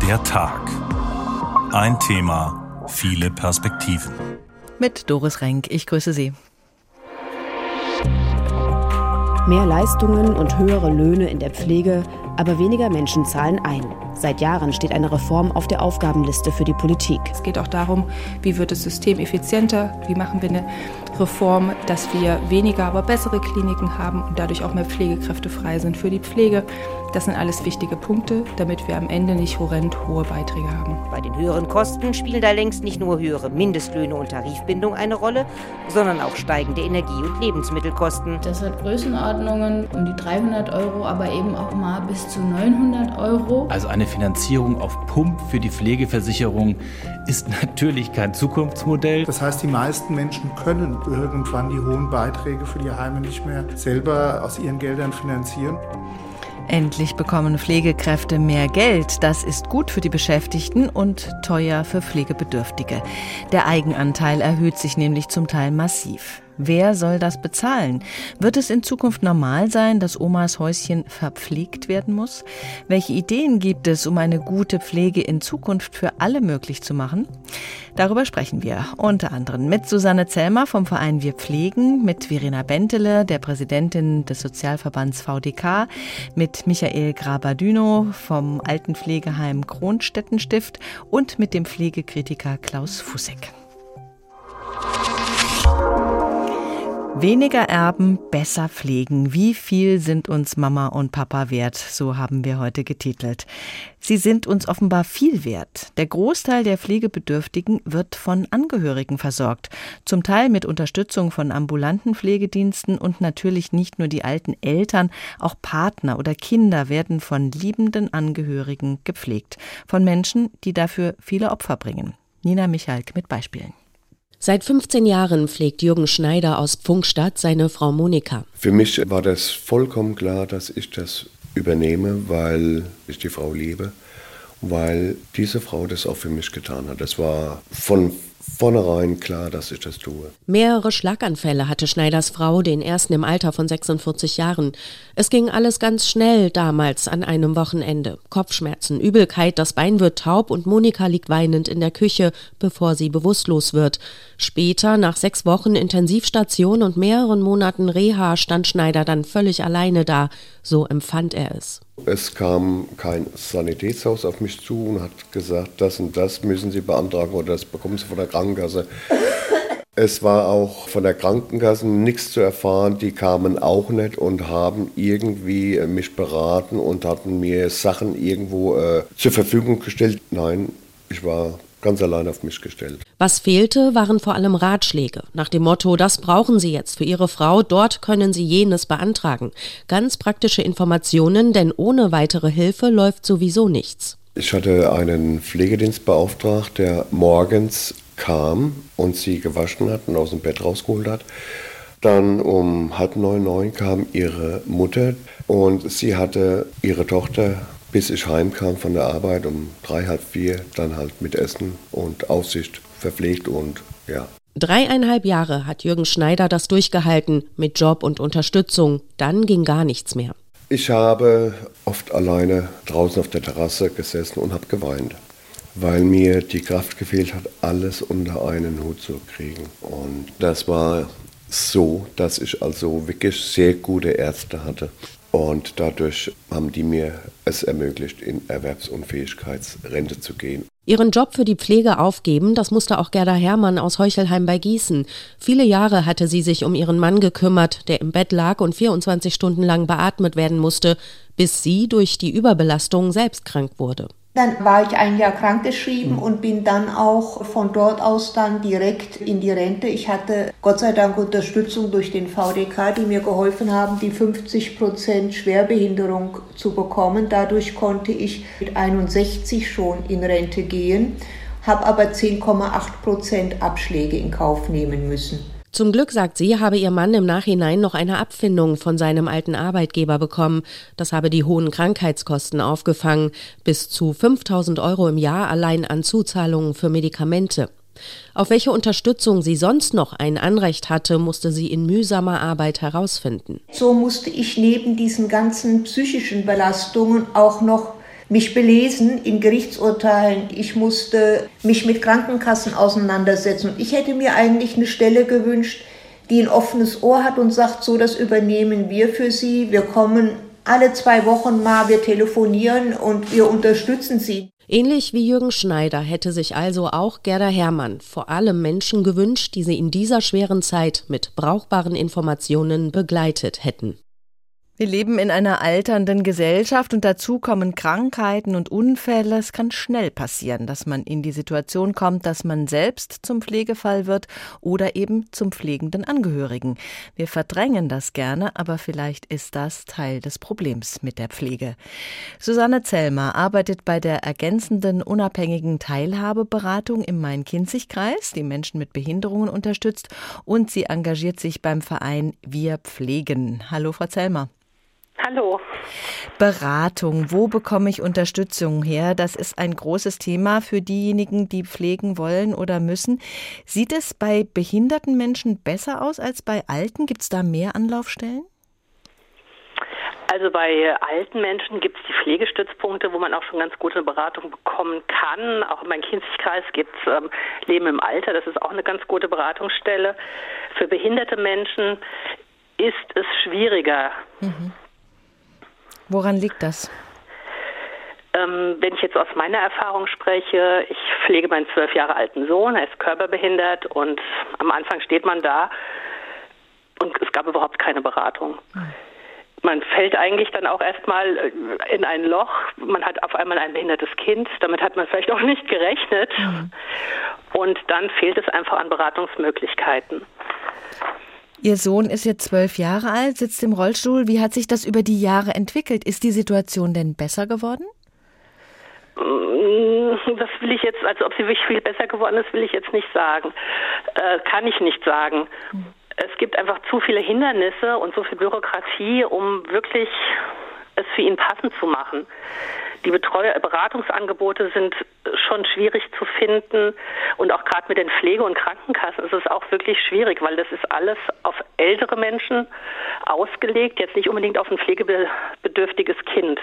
Der Tag. Ein Thema, viele Perspektiven. Mit Doris Renk, ich grüße Sie. Mehr Leistungen und höhere Löhne in der Pflege, aber weniger Menschen zahlen ein. Seit Jahren steht eine Reform auf der Aufgabenliste für die Politik. Es geht auch darum, wie wird das System effizienter, wie machen wir eine Reform, dass wir weniger, aber bessere Kliniken haben und dadurch auch mehr Pflegekräfte frei sind für die Pflege. Das sind alles wichtige Punkte, damit wir am Ende nicht horrend hohe Beiträge haben. Bei den höheren Kosten spielen da längst nicht nur höhere Mindestlöhne und Tarifbindung eine Rolle, sondern auch steigende Energie- und Lebensmittelkosten. Das hat Größenordnungen um die 300 €, aber eben auch mal bis zu 900 €. Also eine Finanzierung auf Pump für die Pflegeversicherung ist natürlich kein Zukunftsmodell. Das heißt, die meisten Menschen können irgendwann die hohen Beiträge für die Heime nicht mehr selber aus ihren Geldern finanzieren. Endlich bekommen Pflegekräfte mehr Geld. Das ist gut für die Beschäftigten und teuer für Pflegebedürftige. Der Eigenanteil erhöht sich nämlich zum Teil massiv. Wer soll das bezahlen? Wird es in Zukunft normal sein, dass Omas Häuschen verpflegt werden muss? Welche Ideen gibt es, um eine gute Pflege in Zukunft für alle möglich zu machen? Darüber sprechen wir unter anderem mit Susanne Zellmer vom Verein Wir Pflegen, mit Verena Bentele, der Präsidentin des Sozialverbands VDK, mit Michael Graber-Dünow vom Altenpflegeheim Kronstädtenstift und mit dem Pflegekritiker Klaus Fussek. Weniger erben, besser pflegen. Wie viel sind uns Mama und Papa wert? So haben wir heute getitelt. Sie sind uns offenbar viel wert. Der Großteil der Pflegebedürftigen wird von Angehörigen versorgt. Zum Teil mit Unterstützung von ambulanten Pflegediensten und natürlich nicht nur die alten Eltern, auch Partner oder Kinder werden von liebenden Angehörigen gepflegt. Von Menschen, die dafür viele Opfer bringen. Nina Michalk mit Beispielen. Seit 15 Jahren pflegt Jürgen Schneider aus Pfungstadt seine Frau Monika. Für mich war das vollkommen klar, dass ich das übernehme, weil ich die Frau liebe, weil diese Frau das auch für mich getan hat. Das war von vornherein klar, dass ich das tue. Mehrere Schlaganfälle hatte Schneiders Frau, den ersten im Alter von 46 Jahren. Es ging alles ganz schnell damals an einem Wochenende. Kopfschmerzen, Übelkeit, das Bein wird taub und Monika liegt weinend in der Küche, bevor sie bewusstlos wird. Später, nach 6 Wochen Intensivstation und mehreren Monaten Reha, stand Schneider dann völlig alleine da. So empfand er es. Es kam kein Sanitätshaus auf mich zu und hat gesagt, das und das müssen Sie beantragen oder das bekommen Sie von der Krankenkasse. Es war auch von der Krankenkasse nichts zu erfahren, die kamen auch nicht und haben irgendwie mich beraten und hatten mir Sachen irgendwo zur Verfügung gestellt. Nein, ich war ganz allein auf mich gestellt. Was fehlte, waren vor allem Ratschläge. Nach dem Motto, das brauchen Sie jetzt für Ihre Frau, dort können Sie jenes beantragen. Ganz praktische Informationen, denn ohne weitere Hilfe läuft sowieso nichts. Ich hatte einen Pflegedienst beauftragt, der morgens kam und sie gewaschen hat und aus dem Bett rausgeholt hat. Dann um 8:30 kam ihre Mutter und sie hatte ihre Tochter, bis ich heimkam von der Arbeit um 3, halb 4, dann halt mit Essen und Aufsicht verpflegt und ja. 3,5 Jahre hat Jürgen Schneider das durchgehalten, mit Job und Unterstützung. Dann ging gar nichts mehr. Ich habe oft alleine draußen auf der Terrasse gesessen und habe geweint, weil mir die Kraft gefehlt hat, alles unter einen Hut zu kriegen. Und das war so, dass ich also wirklich sehr gute Ärzte hatte. Und dadurch haben die mir es ermöglicht, in Erwerbsunfähigkeitsrente zu gehen. Ihren Job für die Pflege aufgeben, das musste auch Gerda Herrmann aus Heuchelheim bei Gießen. Viele Jahre hatte sie sich um ihren Mann gekümmert, der im Bett lag und 24 Stunden lang beatmet werden musste, bis sie durch die Überbelastung selbst krank wurde. Dann war ich 1 Jahr krankgeschrieben und bin dann auch von dort aus dann direkt in die Rente. Ich hatte Gott sei Dank Unterstützung durch den VDK, die mir geholfen haben, die 50% Schwerbehinderung zu bekommen. Dadurch konnte ich mit 61 schon in Rente gehen, habe aber 10,8% Abschläge in Kauf nehmen müssen. Zum Glück, sagt sie, habe ihr Mann im Nachhinein noch eine Abfindung von seinem alten Arbeitgeber bekommen. Das habe die hohen Krankheitskosten aufgefangen. Bis zu 5.000 € im Jahr allein an Zuzahlungen für Medikamente. Auf welche Unterstützung sie sonst noch ein Anrecht hatte, musste sie in mühsamer Arbeit herausfinden. So musste ich neben diesen ganzen psychischen Belastungen auch noch mich belesen in Gerichtsurteilen. Ich musste mich mit Krankenkassen auseinandersetzen. Und ich hätte mir eigentlich eine Stelle gewünscht, die ein offenes Ohr hat und sagt, so, das übernehmen wir für Sie. Wir kommen alle 2 Wochen mal, wir telefonieren und wir unterstützen Sie. Ähnlich wie Jürgen Schneider hätte sich also auch Gerda Herrmann vor allem Menschen gewünscht, die sie in dieser schweren Zeit mit brauchbaren Informationen begleitet hätten. Wir leben in einer alternden Gesellschaft und dazu kommen Krankheiten und Unfälle. Es kann schnell passieren, dass man in die Situation kommt, dass man selbst zum Pflegefall wird oder eben zum pflegenden Angehörigen. Wir verdrängen das gerne, aber vielleicht ist das Teil des Problems mit der Pflege. Susanne Zellmer arbeitet bei der ergänzenden unabhängigen Teilhabeberatung im Main-Kinzig-Kreis, die Menschen mit Behinderungen unterstützt, und sie engagiert sich beim Verein Wir Pflegen. Hallo, Frau Zellmer. Hallo. Beratung, wo bekomme ich Unterstützung her? Das ist ein großes Thema für diejenigen, die pflegen wollen oder müssen. Sieht es bei behinderten Menschen besser aus als bei Alten? Gibt es da mehr Anlaufstellen? Also bei alten Menschen gibt es die Pflegestützpunkte, wo man auch schon ganz gute Beratung bekommen kann. Auch im Main-Kinzig-Kreis gibt es Leben im Alter, das ist auch eine ganz gute Beratungsstelle. Für behinderte Menschen ist es schwieriger. Mhm. Woran liegt das? Wenn ich jetzt aus meiner Erfahrung spreche, ich pflege meinen 12 Jahre alten Sohn, er ist körperbehindert und am Anfang steht man da und es gab überhaupt keine Beratung. Man fällt eigentlich dann auch erstmal in ein Loch, man hat auf einmal ein behindertes Kind, damit hat man vielleicht auch nicht gerechnet und dann fehlt es einfach an Beratungsmöglichkeiten. Ihr Sohn ist jetzt 12 Jahre alt, sitzt im Rollstuhl. Wie hat sich das über die Jahre entwickelt? Ist die Situation denn besser geworden? Das will ich jetzt, also ob sie wirklich viel besser geworden ist, will ich jetzt nicht sagen. Kann ich nicht sagen. Es gibt einfach zu viele Hindernisse und so viel Bürokratie, um wirklich es für ihn passend zu machen. Die Beratungsangebote sind schon schwierig zu finden und auch gerade mit den Pflege- und Krankenkassen ist es auch wirklich schwierig, weil das ist alles auf ältere Menschen ausgelegt, jetzt nicht unbedingt auf ein pflegebedürftiges Kind.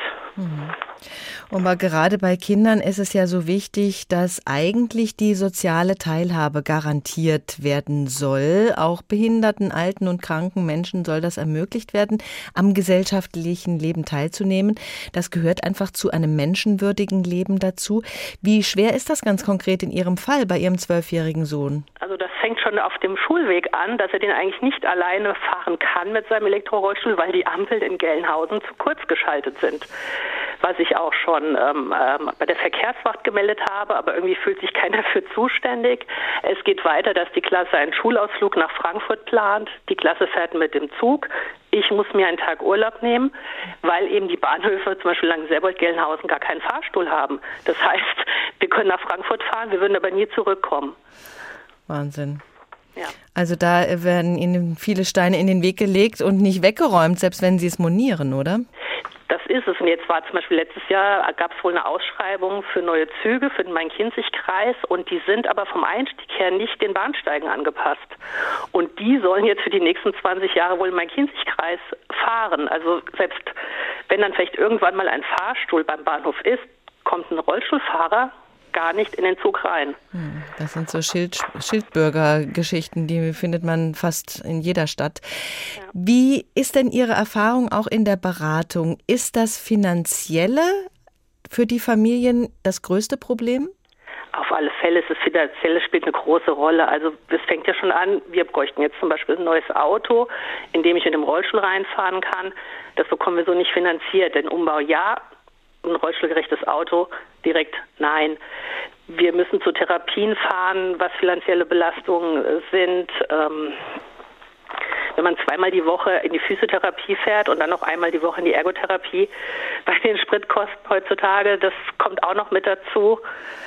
Aber gerade bei Kindern ist es ja so wichtig, dass eigentlich die soziale Teilhabe garantiert werden soll. Auch behinderten, alten und kranken Menschen soll das ermöglicht werden, am gesellschaftlichen Leben teilzunehmen. Das gehört einfach zu einem menschenwürdigen Leben dazu. Wie schwer ist das ganz konkret in Ihrem Fall bei Ihrem 12-jährigen Sohn? Also das fängt schon auf dem Schulweg an, dass er den eigentlich nicht alleine fahren kann mit seinem Elektrorollstuhl, weil die Ampeln in Gelnhausen zu kurz geschaltet sind. Was ich auch schon bei der Verkehrswacht gemeldet habe, aber irgendwie fühlt sich keiner für zuständig. Es geht weiter, dass die Klasse einen Schulausflug nach Frankfurt plant. Die Klasse fährt mit dem Zug. Ich muss mir einen Tag Urlaub nehmen, weil eben die Bahnhöfe, zum Beispiel Langenselbold, Gelnhausen, gar keinen Fahrstuhl haben. Das heißt, wir können nach Frankfurt fahren, wir würden aber nie zurückkommen. Wahnsinn. Ja. Also da werden Ihnen viele Steine in den Weg gelegt und nicht weggeräumt, selbst wenn Sie es monieren, oder? Das ist es. Und jetzt war zum Beispiel letztes Jahr, gab es wohl eine Ausschreibung für neue Züge für den Main-Kinzig-Kreis und die sind aber vom Einstieg her nicht den Bahnsteigen angepasst. Und die sollen jetzt für die nächsten 20 Jahre wohl im Main-Kinzig-Kreis fahren. Also selbst wenn dann vielleicht irgendwann mal ein Fahrstuhl beim Bahnhof ist, kommt ein Rollstuhlfahrer gar nicht in den Zug rein. Das sind so Schildbürgergeschichten, die findet man fast in jeder Stadt. Ja. Wie ist denn Ihre Erfahrung auch in der Beratung? Ist das Finanzielle für die Familien das größte Problem? Auf alle Fälle, das Finanzielle spielt eine große Rolle. Also es fängt ja schon an, wir bräuchten jetzt zum Beispiel ein neues Auto, in dem ich in dem Rollstuhl reinfahren kann. Das bekommen wir so nicht finanziert. Den Umbau ja, ein rollstuhlgerechtes Auto direkt nein. Wir müssen zu Therapien fahren, was finanzielle Belastungen sind. Wenn man 2-mal die Woche in die Physiotherapie fährt und dann noch einmal die Woche in die Ergotherapie, bei den Spritkosten heutzutage, das kommt auch noch mit dazu.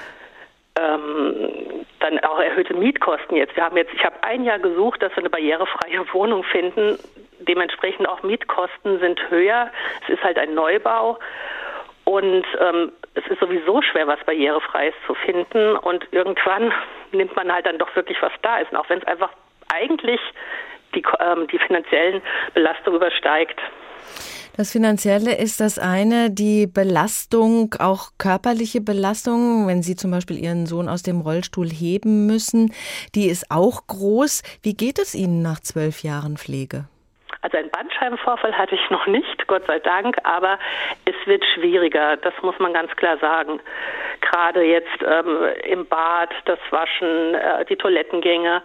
Dann auch erhöhte Mietkosten jetzt. Ich habe ein Jahr gesucht, dass wir eine barrierefreie Wohnung finden. Dementsprechend auch Mietkosten sind höher. Es ist halt ein Neubau. Und es ist sowieso schwer, was Barrierefreies zu finden. Und irgendwann nimmt man halt dann doch wirklich, was da ist. Und auch wenn es einfach eigentlich die finanziellen Belastungen übersteigt. Das Finanzielle ist das eine, die Belastung, auch körperliche Belastung, wenn Sie zum Beispiel Ihren Sohn aus dem Rollstuhl heben müssen, die ist auch groß. Wie geht es Ihnen nach 12 Jahren Pflege? Also einen Bandscheibenvorfall hatte ich noch nicht, Gott sei Dank, aber es wird schwieriger, das muss man ganz klar sagen. Gerade jetzt im Bad, das Waschen, die Toilettengänge.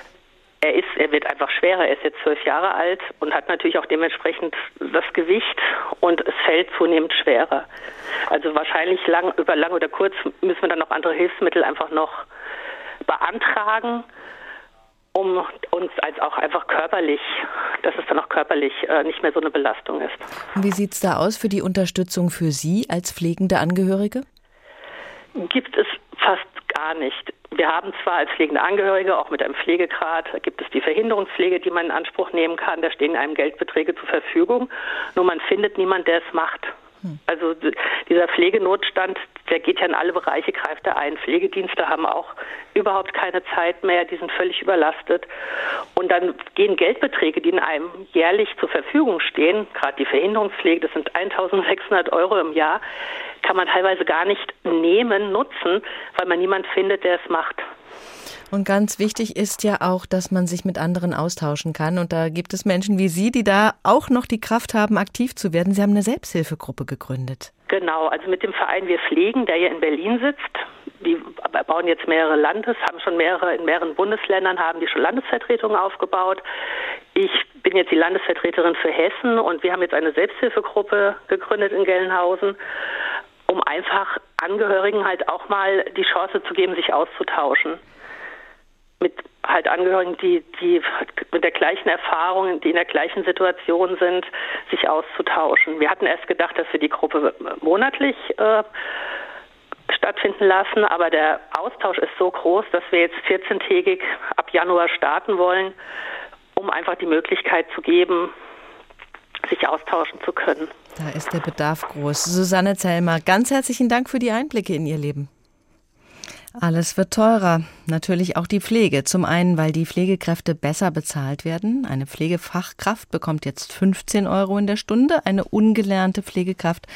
Er wird einfach schwerer, er ist jetzt 12 Jahre alt und hat natürlich auch dementsprechend das Gewicht und es fällt zunehmend schwerer. Also wahrscheinlich über lang oder kurz müssen wir dann noch andere Hilfsmittel einfach noch beantragen, um uns als auch einfach körperlich, dass es dann auch körperlich nicht mehr so eine Belastung ist. Und wie sieht es da aus für die Unterstützung für Sie als pflegende Angehörige? Gibt es fast gar nicht. Wir haben zwar als pflegende Angehörige, auch mit einem Pflegegrad, gibt es die Verhinderungspflege, die man in Anspruch nehmen kann. Da stehen einem Geldbeträge zur Verfügung. Nur man findet niemanden, der es macht. Also dieser Pflegenotstand, der geht ja in alle Bereiche, greift er ein. Pflegedienste haben auch überhaupt keine Zeit mehr, die sind völlig überlastet. Und dann gehen Geldbeträge, die in einem jährlich zur Verfügung stehen, gerade die Verhinderungspflege, das sind 1.600 € im Jahr, kann man teilweise gar nicht nutzen, weil man niemanden findet, der es macht. Und ganz wichtig ist ja auch, dass man sich mit anderen austauschen kann. Und da gibt es Menschen wie Sie, die da auch noch die Kraft haben, aktiv zu werden. Sie haben eine Selbsthilfegruppe gegründet. Genau, also mit dem Verein Wir Pflegen, der hier in Berlin sitzt. Die bauen jetzt haben schon in mehreren Bundesländern, haben die schon Landesvertretungen aufgebaut. Ich bin jetzt die Landesvertreterin für Hessen und wir haben jetzt eine Selbsthilfegruppe gegründet in Gelnhausen, um einfach Angehörigen halt auch mal die Chance zu geben, sich auszutauschen. Mit halt Angehörigen, die mit der gleichen Erfahrung, die in der gleichen Situation sind, sich auszutauschen. Wir hatten erst gedacht, dass wir die Gruppe monatlich stattfinden lassen, aber der Austausch ist so groß, dass wir jetzt 14-tägig ab Januar starten wollen, um einfach die Möglichkeit zu geben, sich austauschen zu können. Da ist der Bedarf groß. Susanne Zellmer, ganz herzlichen Dank für die Einblicke in Ihr Leben. Alles wird teurer. Natürlich auch die Pflege. Zum einen, weil die Pflegekräfte besser bezahlt werden. Eine Pflegefachkraft bekommt jetzt 15 € in der Stunde, eine ungelernte Pflegekraft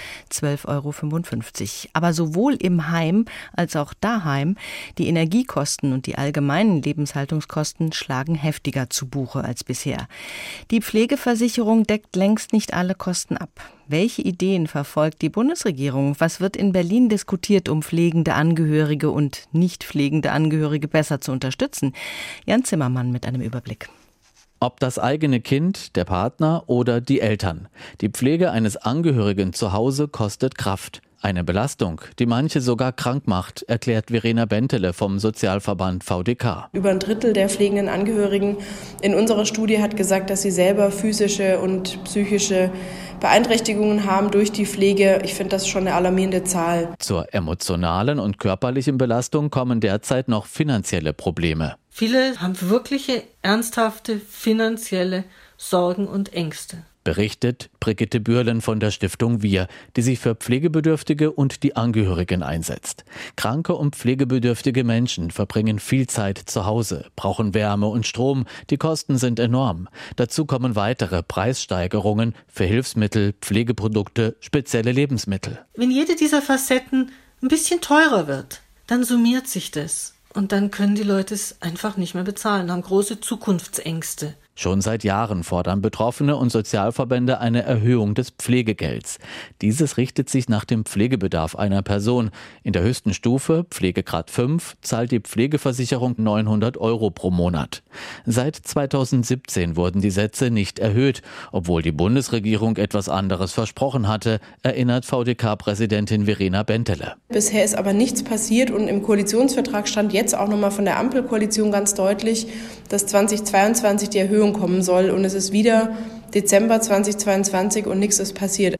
12,55 €. Aber sowohl im Heim als auch daheim, die Energiekosten und die allgemeinen Lebenshaltungskosten schlagen heftiger zu Buche als bisher. Die Pflegeversicherung deckt längst nicht alle Kosten ab. Welche Ideen verfolgt die Bundesregierung? Was wird in Berlin diskutiert, um pflegende Angehörige und nicht pflegende Angehörige besser zu unterstützen? Jan Zimmermann mit einem Überblick. Ob das eigene Kind, der Partner oder die Eltern. Die Pflege eines Angehörigen zu Hause kostet Kraft. Eine Belastung, die manche sogar krank macht, erklärt Verena Bentele vom Sozialverband VDK. Über ein Drittel der pflegenden Angehörigen in unserer Studie hat gesagt, dass sie selber physische und psychische Beeinträchtigungen haben durch die Pflege. Ich finde das schon eine alarmierende Zahl. Zur emotionalen und körperlichen Belastung kommen derzeit noch finanzielle Probleme. Viele haben wirkliche, ernsthafte finanzielle Sorgen und Ängste. Berichtet Brigitte Bürlen von der Stiftung Wir, die sich für Pflegebedürftige und die Angehörigen einsetzt. Kranke und pflegebedürftige Menschen verbringen viel Zeit zu Hause, brauchen Wärme und Strom. Die Kosten sind enorm. Dazu kommen weitere Preissteigerungen für Hilfsmittel, Pflegeprodukte, spezielle Lebensmittel. Wenn jede dieser Facetten ein bisschen teurer wird, dann summiert sich das. Und dann können die Leute es einfach nicht mehr bezahlen, haben große Zukunftsängste. Schon seit Jahren fordern Betroffene und Sozialverbände eine Erhöhung des Pflegegelds. Dieses richtet sich nach dem Pflegebedarf einer Person. In der höchsten Stufe, Pflegegrad 5, zahlt die Pflegeversicherung 900 € pro Monat. Seit 2017 wurden die Sätze nicht erhöht, obwohl die Bundesregierung etwas anderes versprochen hatte, erinnert VDK-Präsidentin Verena Bentele. Bisher ist aber nichts passiert und im Koalitionsvertrag stand jetzt auch nochmal von der Ampelkoalition ganz deutlich, dass 2022 die Erhöhung kommen soll und es ist wieder Dezember 2022 und nichts ist passiert.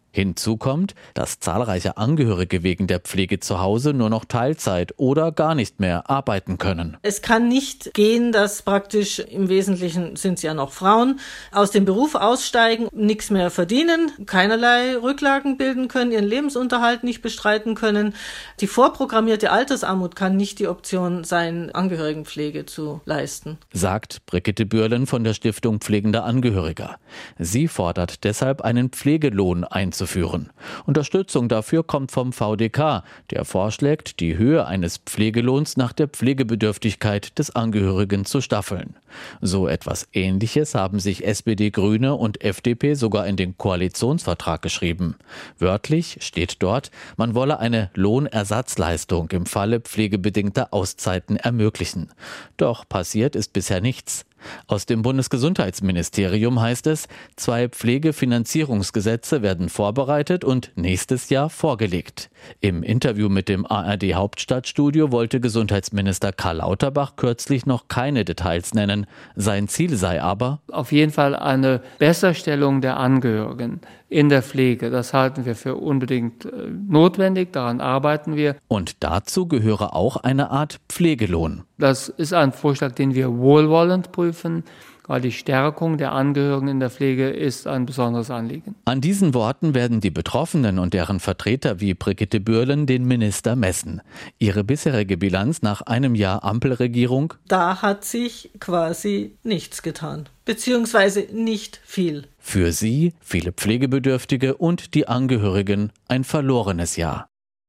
Hinzu kommt, dass zahlreiche Angehörige wegen der Pflege zu Hause nur noch Teilzeit oder gar nicht mehr arbeiten können. Es kann nicht gehen, dass praktisch im Wesentlichen sind es ja noch Frauen, aus dem Beruf aussteigen, nichts mehr verdienen, keinerlei Rücklagen bilden können, ihren Lebensunterhalt nicht bestreiten können. Die vorprogrammierte Altersarmut kann nicht die Option sein, Angehörigenpflege zu leisten. Sagt Brigitte Bürlen von der Stiftung Pflegender Angehöriger. Sie fordert deshalb einen Pflegelohn einzuführen. Unterstützung dafür kommt vom VDK, der vorschlägt, die Höhe eines Pflegelohns nach der Pflegebedürftigkeit des Angehörigen zu staffeln. So etwas Ähnliches haben sich SPD, Grüne und FDP sogar in den Koalitionsvertrag geschrieben. Wörtlich steht dort, man wolle eine Lohnersatzleistung im Falle pflegebedingter Auszeiten ermöglichen. Doch passiert ist bisher nichts. Aus dem Bundesgesundheitsministerium heißt es, 2 Pflegefinanzierungsgesetze werden vorbereitet und nächstes Jahr vorgelegt. Im Interview mit dem ARD Hauptstadtstudio wollte Gesundheitsminister Karl Lauterbach kürzlich noch keine Details nennen. Sein Ziel sei aber auf jeden Fall eine Besserstellung der Angehörigen in der Pflege. Das halten wir für unbedingt notwendig, daran arbeiten wir. Und dazu gehöre auch eine Art Pflegelohn. Das ist ein Vorschlag, den wir wohlwollend prüfen, weil die Stärkung der Angehörigen in der Pflege ist ein besonderes Anliegen. An diesen Worten werden die Betroffenen und deren Vertreter wie Brigitte Bürlen den Minister messen. Ihre bisherige Bilanz nach einem Jahr Ampelregierung? Da hat sich quasi nichts getan, beziehungsweise nicht viel. Für sie, viele Pflegebedürftige und die Angehörigen ein verlorenes Jahr.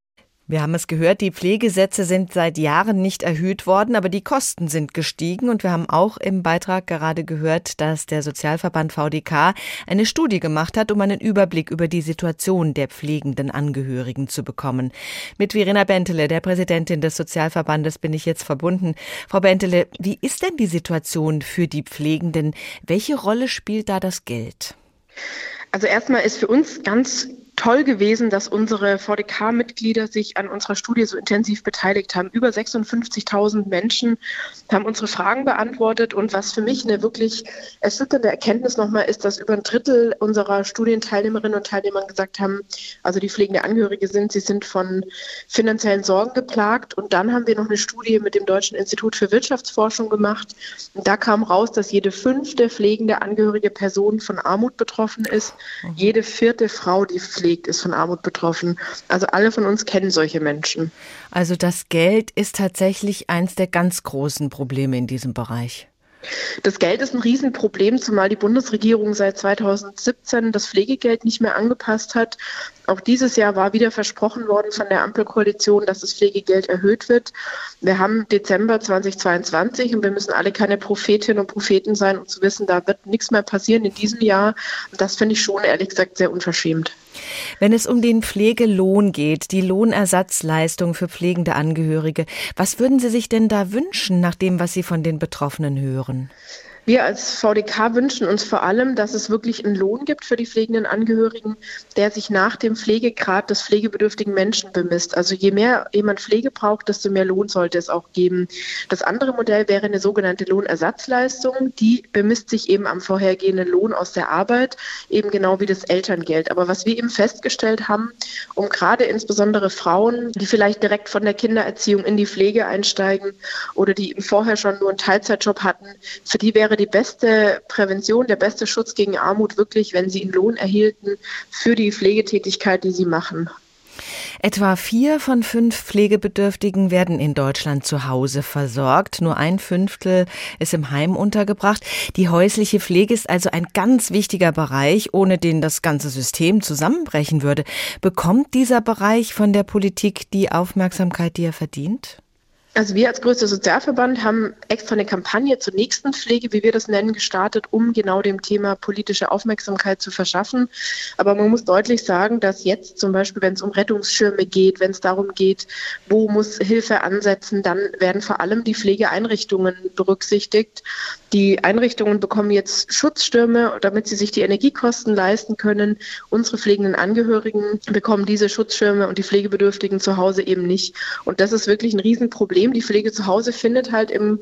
Wir haben es gehört, die Pflegesätze sind seit Jahren nicht erhöht worden, aber die Kosten sind gestiegen. Und wir haben auch im Beitrag gerade gehört, dass der Sozialverband VDK eine Studie gemacht hat, um einen Überblick über die Situation der pflegenden Angehörigen zu bekommen. Mit Verena Bentele, der Präsidentin des Sozialverbandes, bin ich jetzt verbunden. Frau Bentele, wie ist denn die Situation für die Pflegenden? Welche Rolle spielt da das Geld? Also erstmal ist für uns ganz toll gewesen, dass unsere VDK-Mitglieder sich an unserer Studie so intensiv beteiligt haben. Über 56.000 Menschen haben unsere Fragen beantwortet. Und was für mich eine wirklich erschütternde Erkenntnis nochmal ist, dass über ein Drittel unserer Studienteilnehmerinnen und Teilnehmer gesagt haben, also die pflegende Angehörige sind, sie sind von finanziellen Sorgen geplagt. Und dann haben wir noch eine Studie mit dem Deutschen Institut für Wirtschaftsforschung gemacht. Und da kam raus, dass jede 5. pflegende angehörige Person von Armut betroffen ist. Jede 4. Frau, die pflegt, ist von Armut betroffen. Also alle von uns kennen solche Menschen. Also das Geld ist tatsächlich eins der ganz großen Probleme in diesem Bereich. Das Geld ist ein Riesenproblem, zumal die Bundesregierung seit 2017 das Pflegegeld nicht mehr angepasst hat. Auch dieses Jahr war wieder versprochen worden von der Ampelkoalition, dass das Pflegegeld erhöht wird. Wir haben Dezember 2022 und wir müssen alle keine Prophetinnen und Propheten sein, um zu wissen, da wird nichts mehr passieren in diesem Jahr. Und das finde ich schon, ehrlich gesagt, sehr unverschämt. Wenn es um den Pflegelohn geht, die Lohnersatzleistung für pflegende Angehörige, was würden Sie sich denn da wünschen, nach dem, was Sie von den Betroffenen hören? Wir als VDK wünschen uns vor allem, dass es wirklich einen Lohn gibt für die pflegenden Angehörigen, der sich nach dem Pflegegrad des pflegebedürftigen Menschen bemisst. Also je mehr jemand Pflege braucht, desto mehr Lohn sollte es auch geben. Das andere Modell wäre eine sogenannte Lohnersatzleistung. Die bemisst sich eben am vorhergehenden Lohn aus der Arbeit, eben genau wie das Elterngeld. Aber was wir eben festgestellt haben, um gerade insbesondere Frauen, die vielleicht direkt von der Kindererziehung in die Pflege einsteigen oder die eben vorher schon nur einen Teilzeitjob hatten, für die wäre die beste Prävention, der beste Schutz gegen Armut wirklich, wenn sie einen Lohn erhielten für die Pflegetätigkeit, die sie machen. Etwa 4 von 5 Pflegebedürftigen werden in Deutschland zu Hause versorgt. Nur 1/5 ist im Heim untergebracht. Die häusliche Pflege ist also ein ganz wichtiger Bereich, ohne den das ganze System zusammenbrechen würde. Bekommt dieser Bereich von der Politik die Aufmerksamkeit, die er verdient? Also wir als größter Sozialverband haben extra eine Kampagne zur nächsten Pflege, wie wir das nennen, gestartet, um genau dem Thema politische Aufmerksamkeit zu verschaffen. Aber man muss deutlich sagen, dass jetzt zum Beispiel, wenn es um Rettungsschirme geht, wenn es darum geht, wo muss Hilfe ansetzen, dann werden vor allem die Pflegeeinrichtungen berücksichtigt. Die Einrichtungen bekommen jetzt Schutzschirme, damit sie sich die Energiekosten leisten können. Unsere pflegenden Angehörigen bekommen diese Schutzschirme und die Pflegebedürftigen zu Hause eben nicht. Und das ist wirklich ein Riesenproblem. Die Pflege zu Hause findet halt im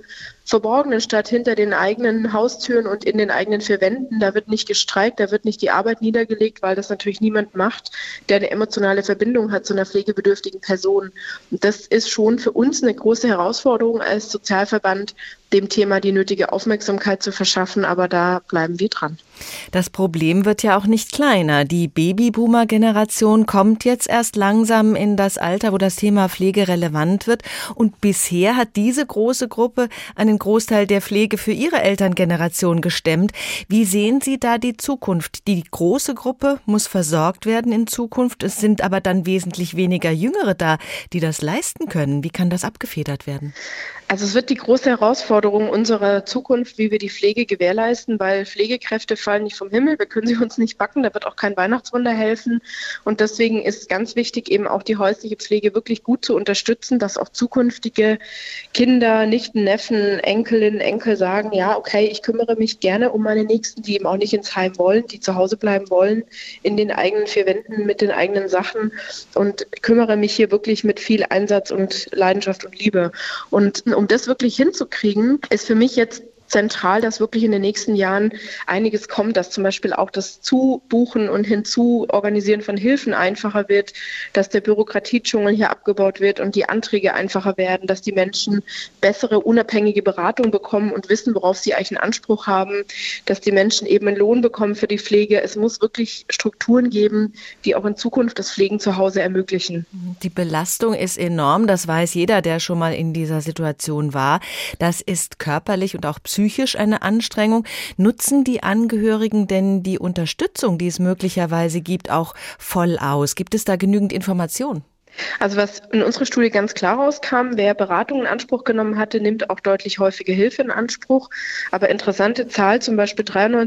Verborgenen statt, hinter den eigenen Haustüren und in den eigenen vier Wänden. Da wird nicht gestreikt, da wird nicht die Arbeit niedergelegt, weil das natürlich niemand macht, der eine emotionale Verbindung hat zu einer pflegebedürftigen Person. Und das ist schon für uns eine große Herausforderung als Sozialverband, dem Thema die nötige Aufmerksamkeit zu verschaffen, aber da bleiben wir dran. Das Problem wird ja auch nicht kleiner. Die Babyboomer-Generation kommt jetzt erst langsam in das Alter, wo das Thema Pflege relevant wird. Und bisher hat diese große Gruppe einen Großteil der Pflege für ihre Elterngeneration gestemmt. Wie sehen Sie da die Zukunft? Die große Gruppe muss versorgt werden in Zukunft. Es sind aber dann wesentlich weniger Jüngere da, die das leisten können. Wie kann das abgefedert werden? Also es wird die große Herausforderung unserer Zukunft, wie wir die Pflege gewährleisten, weil Pflegekräfte fallen nicht vom Himmel, wir können sie uns nicht backen, da wird auch kein Weihnachtswunder helfen. Und deswegen ist ganz wichtig, eben auch die häusliche Pflege wirklich gut zu unterstützen, dass auch zukünftige Kinder, Nichten, Neffen, Enkelinnen, Enkel sagen, ja, okay, ich kümmere mich gerne um meine Nächsten, die eben auch nicht ins Heim wollen, die zu Hause bleiben wollen, in den eigenen vier Wänden mit den eigenen Sachen und kümmere mich hier wirklich mit viel Einsatz und Leidenschaft und Liebe. Und um das wirklich hinzukriegen, ist für mich jetzt zentral, dass wirklich in den nächsten Jahren einiges kommt, dass zum Beispiel auch das Zubuchen und Hinzuorganisieren von Hilfen einfacher wird, dass der Bürokratiedschungel hier abgebaut wird und die Anträge einfacher werden, dass die Menschen bessere, unabhängige Beratung bekommen und wissen, worauf sie eigentlich einen Anspruch haben, dass die Menschen eben einen Lohn bekommen für die Pflege. Es muss wirklich Strukturen geben, die auch in Zukunft das Pflegen zu Hause ermöglichen. Die Belastung ist enorm, das weiß jeder, der schon mal in dieser Situation war. Das ist körperlich und auch psychisch eine Anstrengung. Nutzen die Angehörigen denn die Unterstützung, die es möglicherweise gibt, auch voll aus? Gibt es da genügend Informationen? Also was in unserer Studie ganz klar rauskam, wer Beratung in Anspruch genommen hatte, nimmt auch deutlich häufige Hilfe in Anspruch. Aber interessante Zahl, zum Beispiel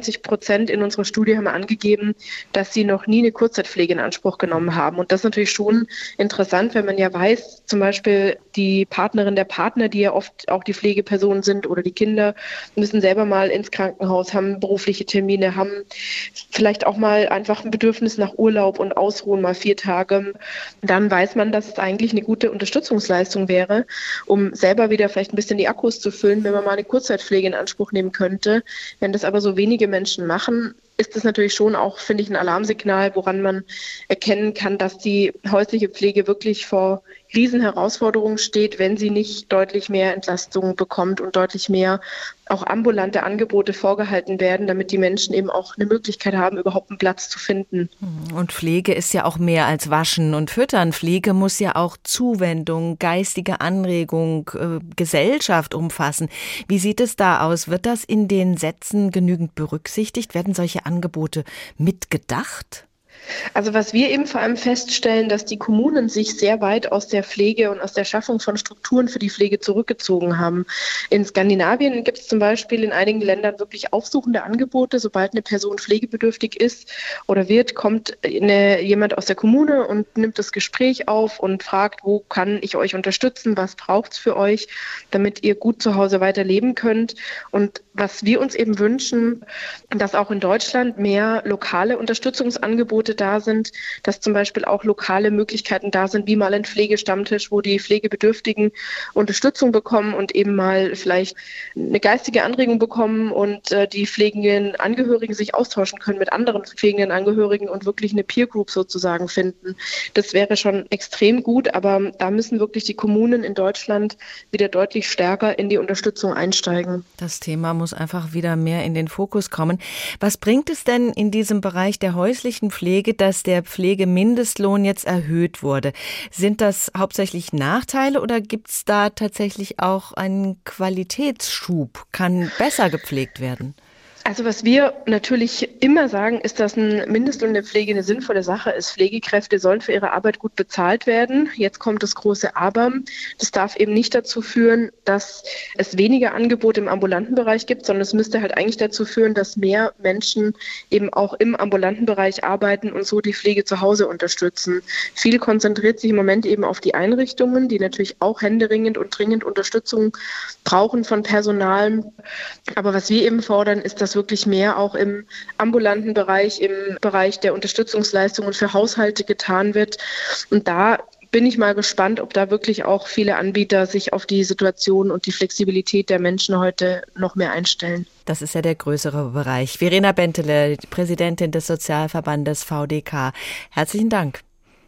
93% in unserer Studie haben angegeben, dass sie noch nie eine Kurzzeitpflege in Anspruch genommen haben. Und das ist natürlich schon interessant, wenn man ja weiß, zum Beispiel die Partnerin der Partner, die ja oft auch die Pflegepersonen sind oder die Kinder, müssen selber mal ins Krankenhaus, haben berufliche Termine, haben vielleicht auch mal einfach ein Bedürfnis nach Urlaub und Ausruhen, mal 4 Tage. Dann weiß man, dass es eigentlich eine gute Unterstützungsleistung wäre, um selber wieder vielleicht ein bisschen die Akkus zu füllen, wenn man mal eine Kurzzeitpflege in Anspruch nehmen könnte. Wenn das aber so wenige Menschen machen, ist das natürlich schon auch, finde ich, ein Alarmsignal, woran man erkennen kann, dass die häusliche Pflege wirklich vor Riesenherausforderungen steht, wenn sie nicht deutlich mehr Entlastung bekommt und deutlich mehr auch ambulante Angebote vorgehalten werden, damit die Menschen eben auch eine Möglichkeit haben, überhaupt einen Platz zu finden. Und Pflege ist ja auch mehr als Waschen und Füttern. Pflege muss ja auch Zuwendung, geistige Anregung, Gesellschaft umfassen. Wie sieht es da aus? Wird das in den Sätzen genügend berücksichtigt? Werden solche Angebote mitgedacht? Also was wir eben vor allem feststellen, dass die Kommunen sich sehr weit aus der Pflege und aus der Schaffung von Strukturen für die Pflege zurückgezogen haben. In Skandinavien gibt es zum Beispiel in einigen Ländern wirklich aufsuchende Angebote. Sobald eine Person pflegebedürftig ist oder wird, kommt jemand aus der Kommune und nimmt das Gespräch auf und fragt, wo kann ich euch unterstützen, was braucht es für euch, damit ihr gut zu Hause weiterleben könnt. Und was wir uns eben wünschen, dass auch in Deutschland mehr lokale Unterstützungsangebote da sind, dass zum Beispiel auch lokale Möglichkeiten da sind, wie mal ein Pflegestammtisch, wo die Pflegebedürftigen Unterstützung bekommen und eben mal vielleicht eine geistige Anregung bekommen und die pflegenden Angehörigen sich austauschen können mit anderen pflegenden Angehörigen und wirklich eine Peer Group sozusagen finden. Das wäre schon extrem gut, aber da müssen wirklich die Kommunen in Deutschland wieder deutlich stärker in die Unterstützung einsteigen. Das Thema muss einfach wieder mehr in den Fokus kommen. Was bringt es denn in diesem Bereich der häuslichen Pflege, dass der Pflegemindestlohn jetzt erhöht wurde? Sind das hauptsächlich Nachteile oder gibt es da tatsächlich auch einen Qualitätsschub? Kann besser gepflegt werden? Also was wir natürlich immer sagen, ist, dass ein Mindestlohn in der Pflege eine sinnvolle Sache ist. Pflegekräfte sollen für ihre Arbeit gut bezahlt werden. Jetzt kommt das große Aber. Das darf eben nicht dazu führen, dass es weniger Angebote im ambulanten Bereich gibt, sondern es müsste halt eigentlich dazu führen, dass mehr Menschen eben auch im ambulanten Bereich arbeiten und so die Pflege zu Hause unterstützen. Viel konzentriert sich im Moment eben auf die Einrichtungen, die natürlich auch händeringend und dringend Unterstützung brauchen von Personal. Aber was wir eben fordern, ist, dass wirklich mehr auch im ambulanten Bereich, im Bereich der Unterstützungsleistungen für Haushalte getan wird. Und da bin ich mal gespannt, ob da wirklich auch viele Anbieter sich auf die Situation und die Flexibilität der Menschen heute noch mehr einstellen. Das ist ja der größere Bereich. Verena Bentele, Präsidentin des Sozialverbandes VDK. Herzlichen Dank.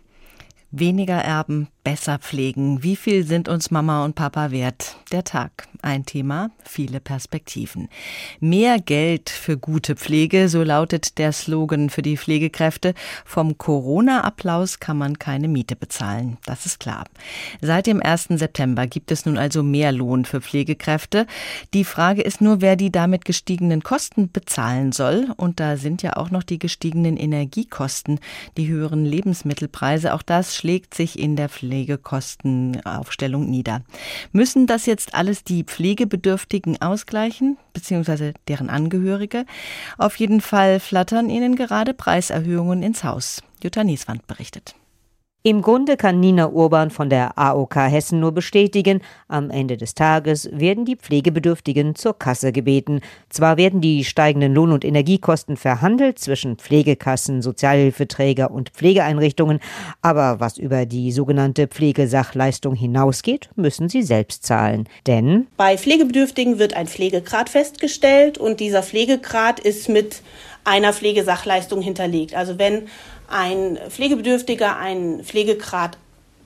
Weniger erben, besser pflegen. Wie viel sind uns Mama und Papa wert? Der Tag. Ein Thema, viele Perspektiven. Mehr Geld für gute Pflege, so lautet der Slogan für die Pflegekräfte. Vom Corona-Applaus kann man keine Miete bezahlen. Das ist klar. Seit dem 1. September gibt es nun also mehr Lohn für Pflegekräfte. Die Frage ist nur, wer die damit gestiegenen Kosten bezahlen soll. Und da sind ja auch noch die gestiegenen Energiekosten, die höheren Lebensmittelpreise. Auch das schlägt sich in der Pflegekostenaufstellung nieder. Müssen das jetzt alles die Pflegebedürftigen ausgleichen, beziehungsweise deren Angehörige? Auf jeden Fall flattern ihnen gerade Preiserhöhungen ins Haus. Jutta Nieswand berichtet. Im Grunde kann Nina Urban von der AOK Hessen nur bestätigen, am Ende des Tages werden die Pflegebedürftigen zur Kasse gebeten. Zwar werden die steigenden Lohn- und Energiekosten verhandelt zwischen Pflegekassen, Sozialhilfeträger und Pflegeeinrichtungen, aber was über die sogenannte Pflegesachleistung hinausgeht, müssen sie selbst zahlen. Denn bei Pflegebedürftigen wird ein Pflegegrad festgestellt und dieser Pflegegrad ist mit einer Pflegesachleistung hinterlegt. Also wenn ein Pflegebedürftiger einen Pflegegrad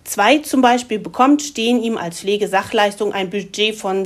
2 zum Beispiel bekommt, stehen ihm als Pflegesachleistung ein Budget von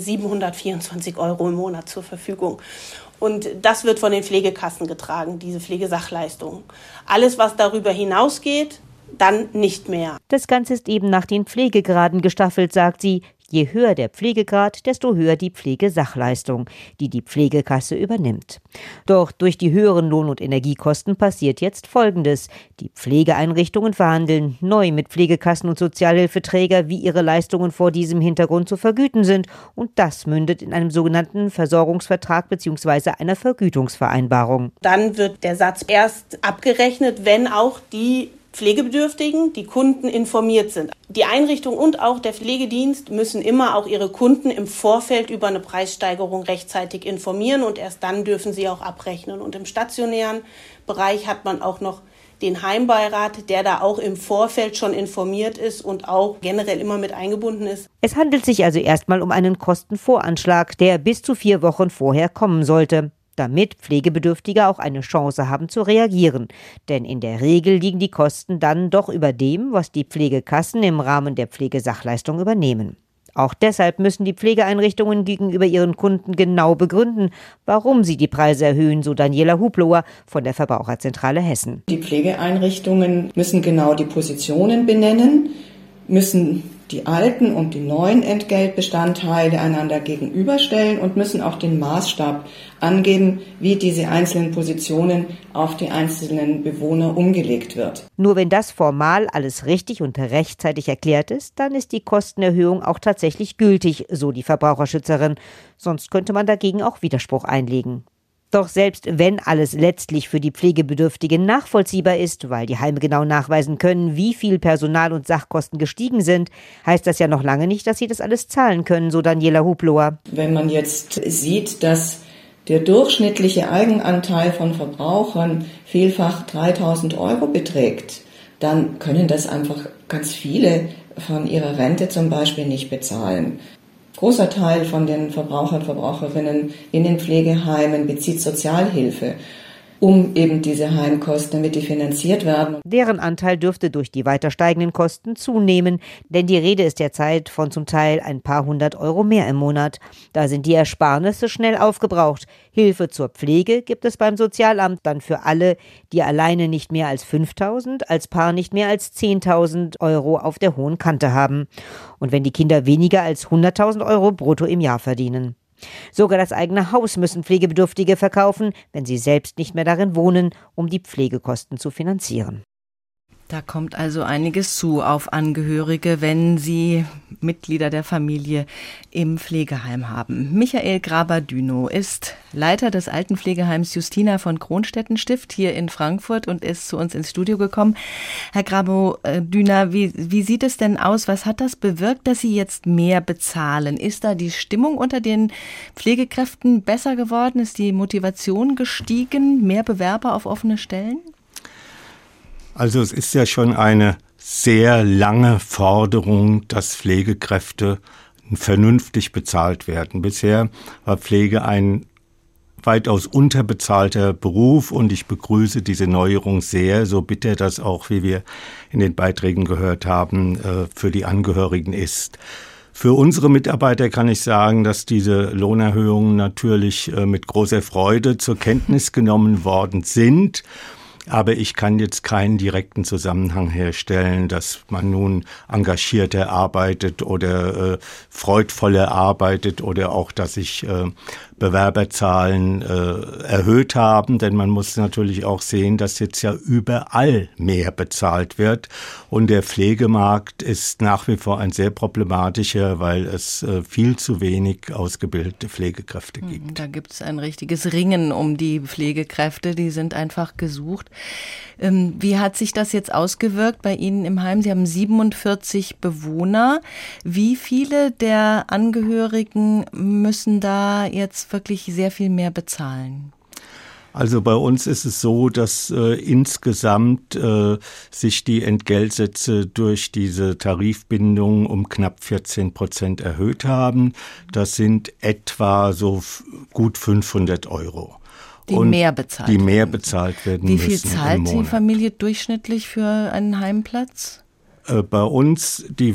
724 € im Monat zur Verfügung. Und das wird von den Pflegekassen getragen, diese Pflegesachleistung. Alles, was darüber hinausgeht, dann nicht mehr. Das Ganze ist eben nach den Pflegegraden gestaffelt, sagt sie. Je höher der Pflegegrad, desto höher die Pflegesachleistung, die die Pflegekasse übernimmt. Doch durch die höheren Lohn- und Energiekosten passiert jetzt Folgendes. Die Pflegeeinrichtungen verhandeln neu mit Pflegekassen und Sozialhilfeträger, wie ihre Leistungen vor diesem Hintergrund zu vergüten sind. Und das mündet in einem sogenannten Versorgungsvertrag bzw. einer Vergütungsvereinbarung. Dann wird der Satz erst abgerechnet, wenn auch die Pflegebedürftigen, die Kunden informiert sind. Die Einrichtung und auch der Pflegedienst müssen immer auch ihre Kunden im Vorfeld über eine Preissteigerung rechtzeitig informieren und erst dann dürfen sie auch abrechnen. Und im stationären Bereich hat man auch noch den Heimbeirat, der da auch im Vorfeld schon informiert ist und auch generell immer mit eingebunden ist. Es handelt sich also erstmal um einen Kostenvoranschlag, der bis zu 4 Wochen vorher kommen sollte, damit Pflegebedürftige auch eine Chance haben zu reagieren. Denn in der Regel liegen die Kosten dann doch über dem, was die Pflegekassen im Rahmen der Pflegesachleistung übernehmen. Auch deshalb müssen die Pflegeeinrichtungen gegenüber ihren Kunden genau begründen, warum sie die Preise erhöhen, so Daniela Hubloer von der Verbraucherzentrale Hessen. Die Pflegeeinrichtungen müssen genau die Positionen benennen, müssen die alten und die neuen Entgeltbestandteile einander gegenüberstellen und müssen auch den Maßstab angeben, wie diese einzelnen Positionen auf die einzelnen Bewohner umgelegt wird. Nur wenn das formal alles richtig und rechtzeitig erklärt ist, dann ist die Kostenerhöhung auch tatsächlich gültig, so die Verbraucherschützerin. Sonst könnte man dagegen auch Widerspruch einlegen. Doch selbst wenn alles letztlich für die Pflegebedürftigen nachvollziehbar ist, weil die Heime genau nachweisen können, wie viel Personal- und Sachkosten gestiegen sind, heißt das ja noch lange nicht, dass sie das alles zahlen können, so Daniela Hubloer. Wenn man jetzt sieht, dass der durchschnittliche Eigenanteil von Verbrauchern vielfach 3.000 € beträgt, dann können das einfach ganz viele von ihrer Rente zum Beispiel nicht bezahlen. Großer Teil von den Verbrauchern und Verbraucherinnen in den Pflegeheimen bezieht Sozialhilfe, um eben diese Heimkosten, damit die finanziert werden. Deren Anteil dürfte durch die weiter steigenden Kosten zunehmen, denn die Rede ist derzeit von zum Teil ein paar 100 € mehr im Monat. Da sind die Ersparnisse schnell aufgebraucht. Hilfe zur Pflege gibt es beim Sozialamt dann für alle, die alleine nicht mehr als 5.000, als Paar nicht mehr als 10.000 € auf der hohen Kante haben. Und wenn die Kinder weniger als 100.000 € brutto im Jahr verdienen. Sogar das eigene Haus müssen Pflegebedürftige verkaufen, wenn sie selbst nicht mehr darin wohnen, um die Pflegekosten zu finanzieren. Da kommt also einiges zu auf Angehörige, wenn sie Mitglieder der Familie im Pflegeheim haben. Michael Graber-Dünow ist Leiter des Altenpflegeheims Justina von Kronstetten-Stift hier in Frankfurt und ist zu uns ins Studio gekommen. Herr Graber-Dünow, wie sieht es denn aus? Was hat das bewirkt, dass Sie jetzt mehr bezahlen? Ist da die Stimmung unter den Pflegekräften besser geworden? Ist die Motivation gestiegen? Mehr Bewerber auf offene Stellen? Also es ist ja schon eine sehr lange Forderung, dass Pflegekräfte vernünftig bezahlt werden. Bisher war Pflege ein weitaus unterbezahlter Beruf und ich begrüße diese Neuerung sehr, so bitter das auch, wie wir in den Beiträgen gehört haben, für die Angehörigen ist. Für unsere Mitarbeiter kann ich sagen, dass diese Lohnerhöhungen natürlich mit großer Freude zur Kenntnis genommen worden sind. Aber ich kann jetzt keinen direkten Zusammenhang herstellen, dass man nun engagierter arbeitet oder freudvoller arbeitet oder auch, dass sich Bewerberzahlen erhöht haben. Denn man muss natürlich auch sehen, dass jetzt ja überall mehr bezahlt wird. Und der Pflegemarkt ist nach wie vor ein sehr problematischer, weil es viel zu wenig ausgebildete Pflegekräfte gibt. Da gibt es ein richtiges Ringen um die Pflegekräfte, die sind einfach gesucht. Wie hat sich das jetzt ausgewirkt bei Ihnen im Heim? Sie haben 47 Bewohner. Wie viele der Angehörigen müssen da jetzt wirklich sehr viel mehr bezahlen? Also bei uns ist es so, dass insgesamt sich die Entgeltsätze durch diese Tarifbindung um knapp 14% erhöht haben. Das sind etwa so gut 500 €. Die mehr bezahlt werden müssen. Wie viel zahlt die Familie durchschnittlich für einen Heimplatz? Bei uns, die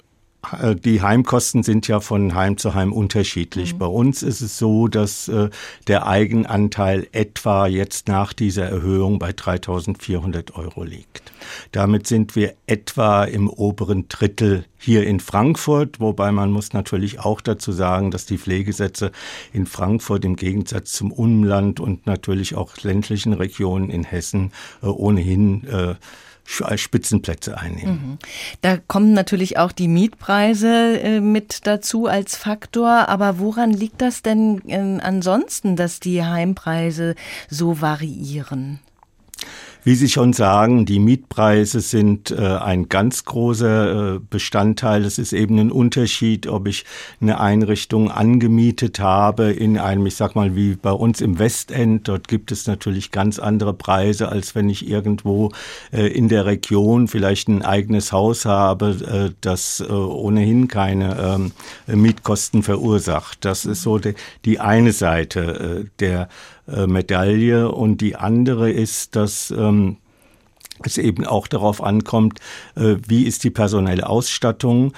Heimkosten sind ja von Heim zu Heim unterschiedlich. Bei uns ist es so, dass der Eigenanteil etwa jetzt nach dieser Erhöhung bei 3.400 € liegt. Damit sind wir etwa im oberen Drittel hier in Frankfurt, wobei man muss natürlich auch dazu sagen, dass die Pflegesätze in Frankfurt im Gegensatz zum Umland und natürlich auch ländlichen Regionen in Hessen ohnehin Spitzenplätze einnehmen. Da kommen natürlich auch die Mietpreise mit dazu als Faktor. Aber woran liegt das denn ansonsten, dass die Heimpreise so variieren? Wie Sie schon sagen, die Mietpreise sind ein ganz großer Bestandteil. Es ist eben ein Unterschied, ob ich eine Einrichtung angemietet habe in einem, ich sag mal, wie bei uns im Westend. Dort gibt es natürlich ganz andere Preise, als wenn ich irgendwo in der Region vielleicht ein eigenes Haus habe, das ohnehin keine Mietkosten verursacht. Das ist so die eine Seite der Medaille. Und die andere ist, dass es eben auch darauf ankommt, wie ist die personelle Ausstattung,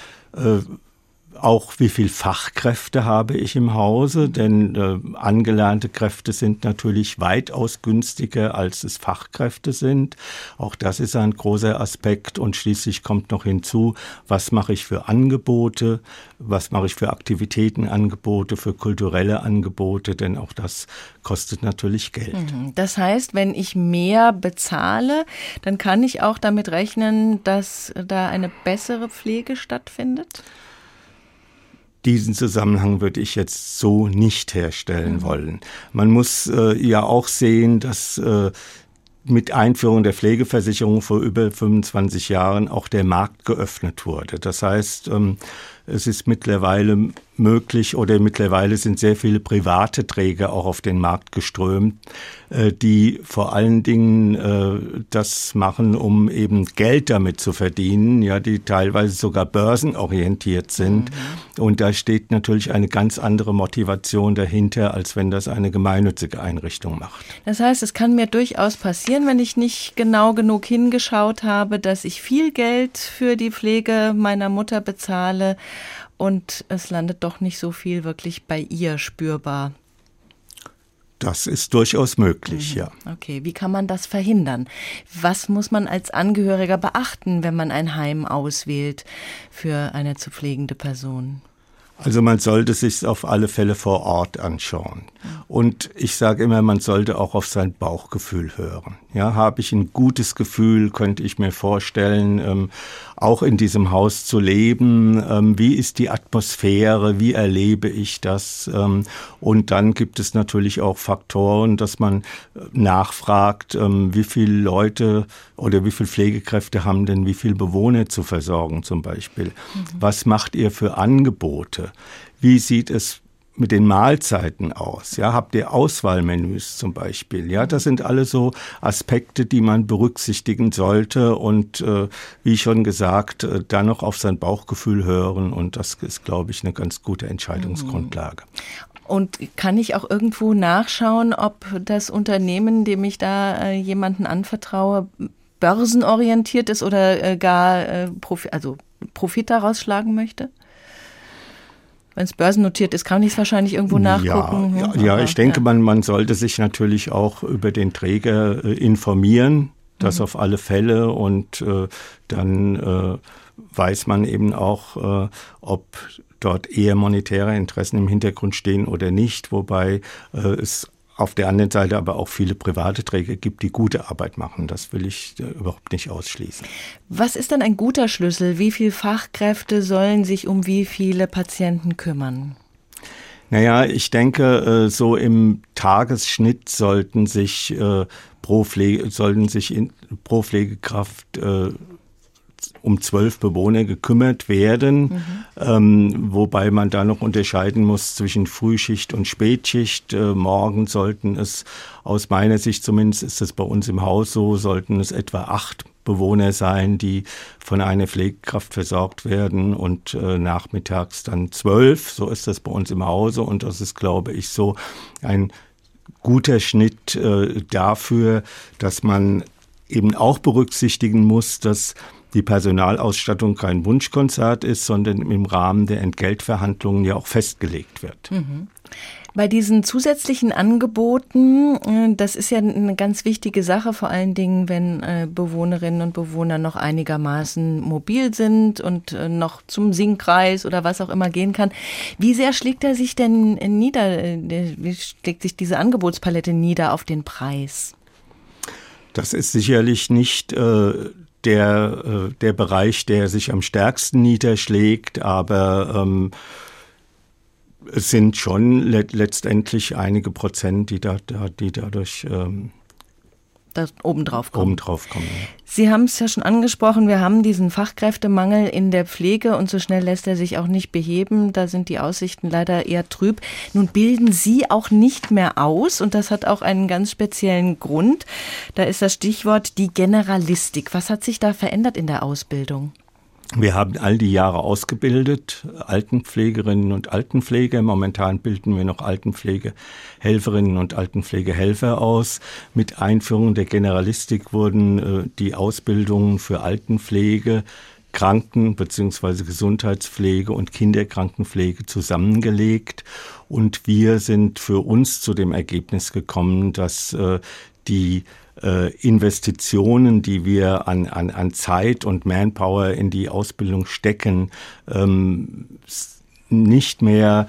auch wie viel Fachkräfte habe ich im Hause, denn angelernte Kräfte sind natürlich weitaus günstiger, als es Fachkräfte sind. Auch das ist ein großer Aspekt und schließlich kommt noch hinzu, was mache ich für Angebote, was mache ich für Aktivitätenangebote, für kulturelle Angebote, denn auch das kostet natürlich Geld. Das heißt, wenn ich mehr bezahle, dann kann ich auch damit rechnen, dass da eine bessere Pflege stattfindet? Diesen Zusammenhang würde ich jetzt so nicht herstellen wollen. Man muss ja auch sehen, dass mit Einführung der Pflegeversicherung vor über 25 Jahren auch der Markt geöffnet wurde. Das heißt, es ist mittlerweile möglich oder mittlerweile sind sehr viele private Träger auch auf den Markt geströmt, die vor allen Dingen das machen, um eben Geld damit zu verdienen, ja, die teilweise sogar börsenorientiert sind. Und da steht natürlich eine ganz andere Motivation dahinter, als wenn das eine gemeinnützige Einrichtung macht. Das heißt, es kann mir durchaus passieren, wenn ich nicht genau genug hingeschaut habe, dass ich viel Geld für die Pflege meiner Mutter bezahle und es landet doch nicht so viel wirklich bei ihr spürbar. Das ist durchaus möglich, ja. Okay, wie kann man das verhindern? Was muss man als Angehöriger beachten, wenn man ein Heim auswählt für eine zu pflegende Person? Also man sollte sich auf alle Fälle vor Ort anschauen. Und ich sage immer, man sollte auch auf sein Bauchgefühl hören. Ja, habe ich ein gutes Gefühl, könnte ich mir vorstellen, auch in diesem Haus zu leben. Wie ist die Atmosphäre? Wie erlebe ich das? Und dann gibt es natürlich auch Faktoren, dass man nachfragt, wie viele Leute oder wie viele Pflegekräfte haben denn wie viele Bewohner zu versorgen zum Beispiel? Was macht ihr für Angebote? Wie sieht es mit den Mahlzeiten aus? Ja, habt ihr Auswahlmenüs zum Beispiel? Ja, das sind alle so Aspekte, die man berücksichtigen sollte und wie schon gesagt, dann noch auf sein Bauchgefühl hören und das ist, glaube ich, eine ganz gute Entscheidungsgrundlage. Und kann ich auch irgendwo nachschauen, ob das Unternehmen, dem ich da jemanden anvertraue, börsenorientiert ist oder gar Profit daraus schlagen möchte? Wenn es börsennotiert ist, kann ich es wahrscheinlich irgendwo nachgucken. Ja, ich denke, man sollte sich natürlich auch über den Träger informieren, das auf alle Fälle. Und dann weiß man eben auch, ob dort eher monetäre Interessen im Hintergrund stehen oder nicht. Wobei es auf der anderen Seite aber auch viele private Träger gibt, die gute Arbeit machen. Das will ich überhaupt nicht ausschließen. Was ist denn ein guter Schlüssel? Wie viele Fachkräfte sollen sich um wie viele Patienten kümmern? Naja, ich denke, so im Tagesschnitt sollten sich pro Pflegekraft um 12 Bewohner gekümmert werden, wobei man da noch unterscheiden muss zwischen Frühschicht und Spätschicht. Morgen sollten es, aus meiner Sicht zumindest ist es bei uns im Haus so, sollten es etwa 8 Bewohner sein, die von einer Pflegekraft versorgt werden und nachmittags dann 12. So ist das bei uns im Hause und das ist, glaube ich, so ein guter Schnitt dafür, dass man eben auch berücksichtigen muss, dass die Personalausstattung kein Wunschkonzert ist, sondern im Rahmen der Entgeltverhandlungen ja auch festgelegt wird. Bei diesen zusätzlichen Angeboten, das ist ja eine ganz wichtige Sache, vor allen Dingen, wenn Bewohnerinnen und Bewohner noch einigermaßen mobil sind und noch zum Singkreis oder was auch immer gehen kann. Wie sehr schlägt er sich denn nieder, wie schlägt sich diese Angebotspalette nieder auf den Preis? Das ist sicherlich nicht der Bereich, der sich am stärksten niederschlägt, aber es sind schon letztendlich einige Prozent, die dadurch obendrauf kommen. Ja. Sie haben es ja schon angesprochen, wir haben diesen Fachkräftemangel in der Pflege und so schnell lässt er sich auch nicht beheben. Da sind die Aussichten leider eher trüb. Nun bilden Sie auch nicht mehr aus und das hat auch einen ganz speziellen Grund. Da ist das Stichwort die Generalistik. Was hat sich da verändert in der Ausbildung? Wir haben all die Jahre ausgebildet, Altenpflegerinnen und Altenpfleger. Momentan bilden wir noch Altenpflegehelferinnen und Altenpflegehelfer aus. Mit Einführung der Generalistik wurden die Ausbildungen für Altenpflege, Kranken- bzw. Gesundheitspflege und Kinderkrankenpflege zusammengelegt. Und wir sind für uns zu dem Ergebnis gekommen, dass die Investitionen, die wir an Zeit und Manpower in die Ausbildung stecken, nicht mehr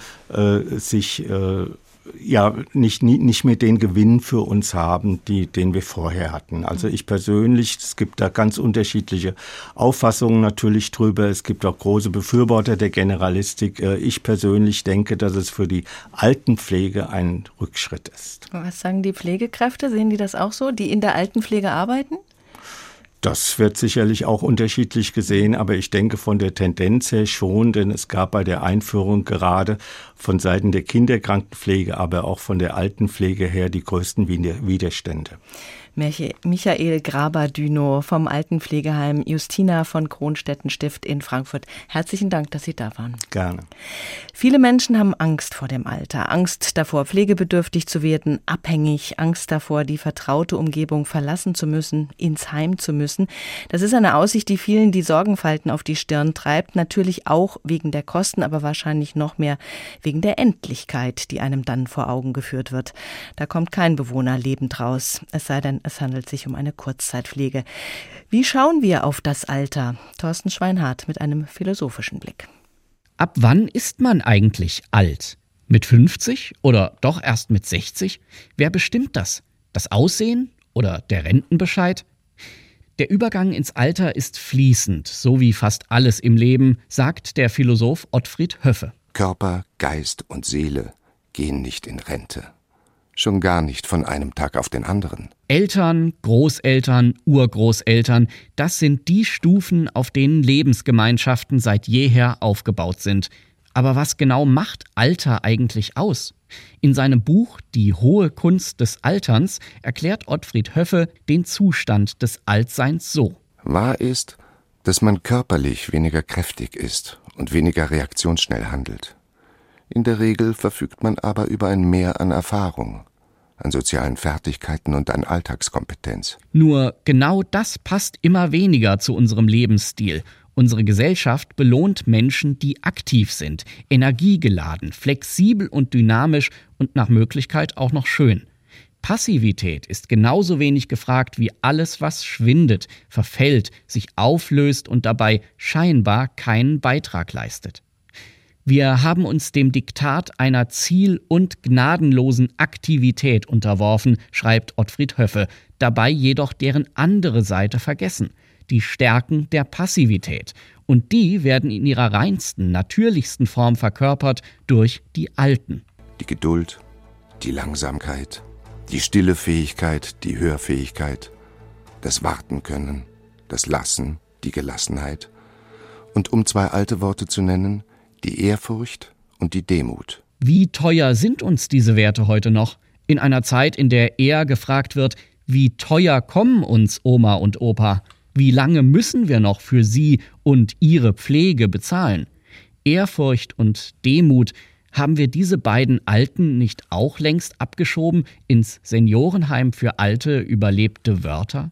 nicht mehr den Gewinn für uns haben, den wir vorher hatten. Also ich persönlich, es gibt da ganz unterschiedliche Auffassungen natürlich drüber. Es gibt auch große Befürworter der Generalistik. Ich persönlich denke, dass es für die Altenpflege ein Rückschritt ist. Was sagen die Pflegekräfte? Sehen die das auch so, die in der Altenpflege arbeiten? Das wird sicherlich auch unterschiedlich gesehen, aber ich denke von der Tendenz her schon, denn es gab bei der Einführung gerade von Seiten der Kinderkrankenpflege, aber auch von der Altenpflege her die größten Widerstände. Michael Graber-Dünow vom Altenpflegeheim Justina von Kronstetten-Stift in Frankfurt. Herzlichen Dank, dass Sie da waren. Gerne. Viele Menschen haben Angst vor dem Alter, Angst davor, pflegebedürftig zu werden, abhängig, Angst davor, die vertraute Umgebung verlassen zu müssen, ins Heim zu müssen. Das ist eine Aussicht, die vielen die Sorgenfalten auf die Stirn treibt, natürlich auch wegen der Kosten, aber wahrscheinlich noch mehr wegen der Endlichkeit, die einem dann vor Augen geführt wird. Da kommt kein Bewohner lebend raus, es sei denn, es handelt sich um eine Kurzzeitpflege. Wie schauen wir auf das Alter? Thorsten Schweinhardt mit einem philosophischen Blick. Ab wann ist man eigentlich alt? Mit 50 oder doch erst mit 60? Wer bestimmt das? Das Aussehen oder der Rentenbescheid? Der Übergang ins Alter ist fließend, so wie fast alles im Leben, sagt der Philosoph Ottfried Höffe. Körper, Geist und Seele gehen nicht in Rente. Schon gar nicht von einem Tag auf den anderen. Eltern, Großeltern, Urgroßeltern, das sind die Stufen, auf denen Lebensgemeinschaften seit jeher aufgebaut sind. Aber was genau macht Alter eigentlich aus? In seinem Buch Die hohe Kunst des Alterns erklärt Ottfried Höffe den Zustand des Altseins so. Wahr ist, dass man körperlich weniger kräftig ist und weniger reaktionsschnell handelt. In der Regel verfügt man aber über ein Mehr an Erfahrung, an sozialen Fertigkeiten und an Alltagskompetenz. Nur genau das passt immer weniger zu unserem Lebensstil. Unsere Gesellschaft belohnt Menschen, die aktiv sind, energiegeladen, flexibel und dynamisch und nach Möglichkeit auch noch schön. Passivität ist genauso wenig gefragt wie alles, was schwindet, verfällt, sich auflöst und dabei scheinbar keinen Beitrag leistet. Wir haben uns dem Diktat einer ziel- und gnadenlosen Aktivität unterworfen, schreibt Ottfried Höffe, dabei jedoch deren andere Seite vergessen, die Stärken der Passivität. Und die werden in ihrer reinsten, natürlichsten Form verkörpert durch die Alten. Die Geduld, die Langsamkeit, die stille Fähigkeit, die Hörfähigkeit, das Warten können, das Lassen, die Gelassenheit. Und um zwei alte Worte zu nennen, die Ehrfurcht und die Demut. Wie teuer sind uns diese Werte heute noch? In einer Zeit, in der eher gefragt wird, wie teuer kommen uns Oma und Opa? Wie lange müssen wir noch für sie und ihre Pflege bezahlen? Ehrfurcht und Demut, haben wir diese beiden Alten nicht auch längst abgeschoben ins Seniorenheim für alte, überlebte Wörter?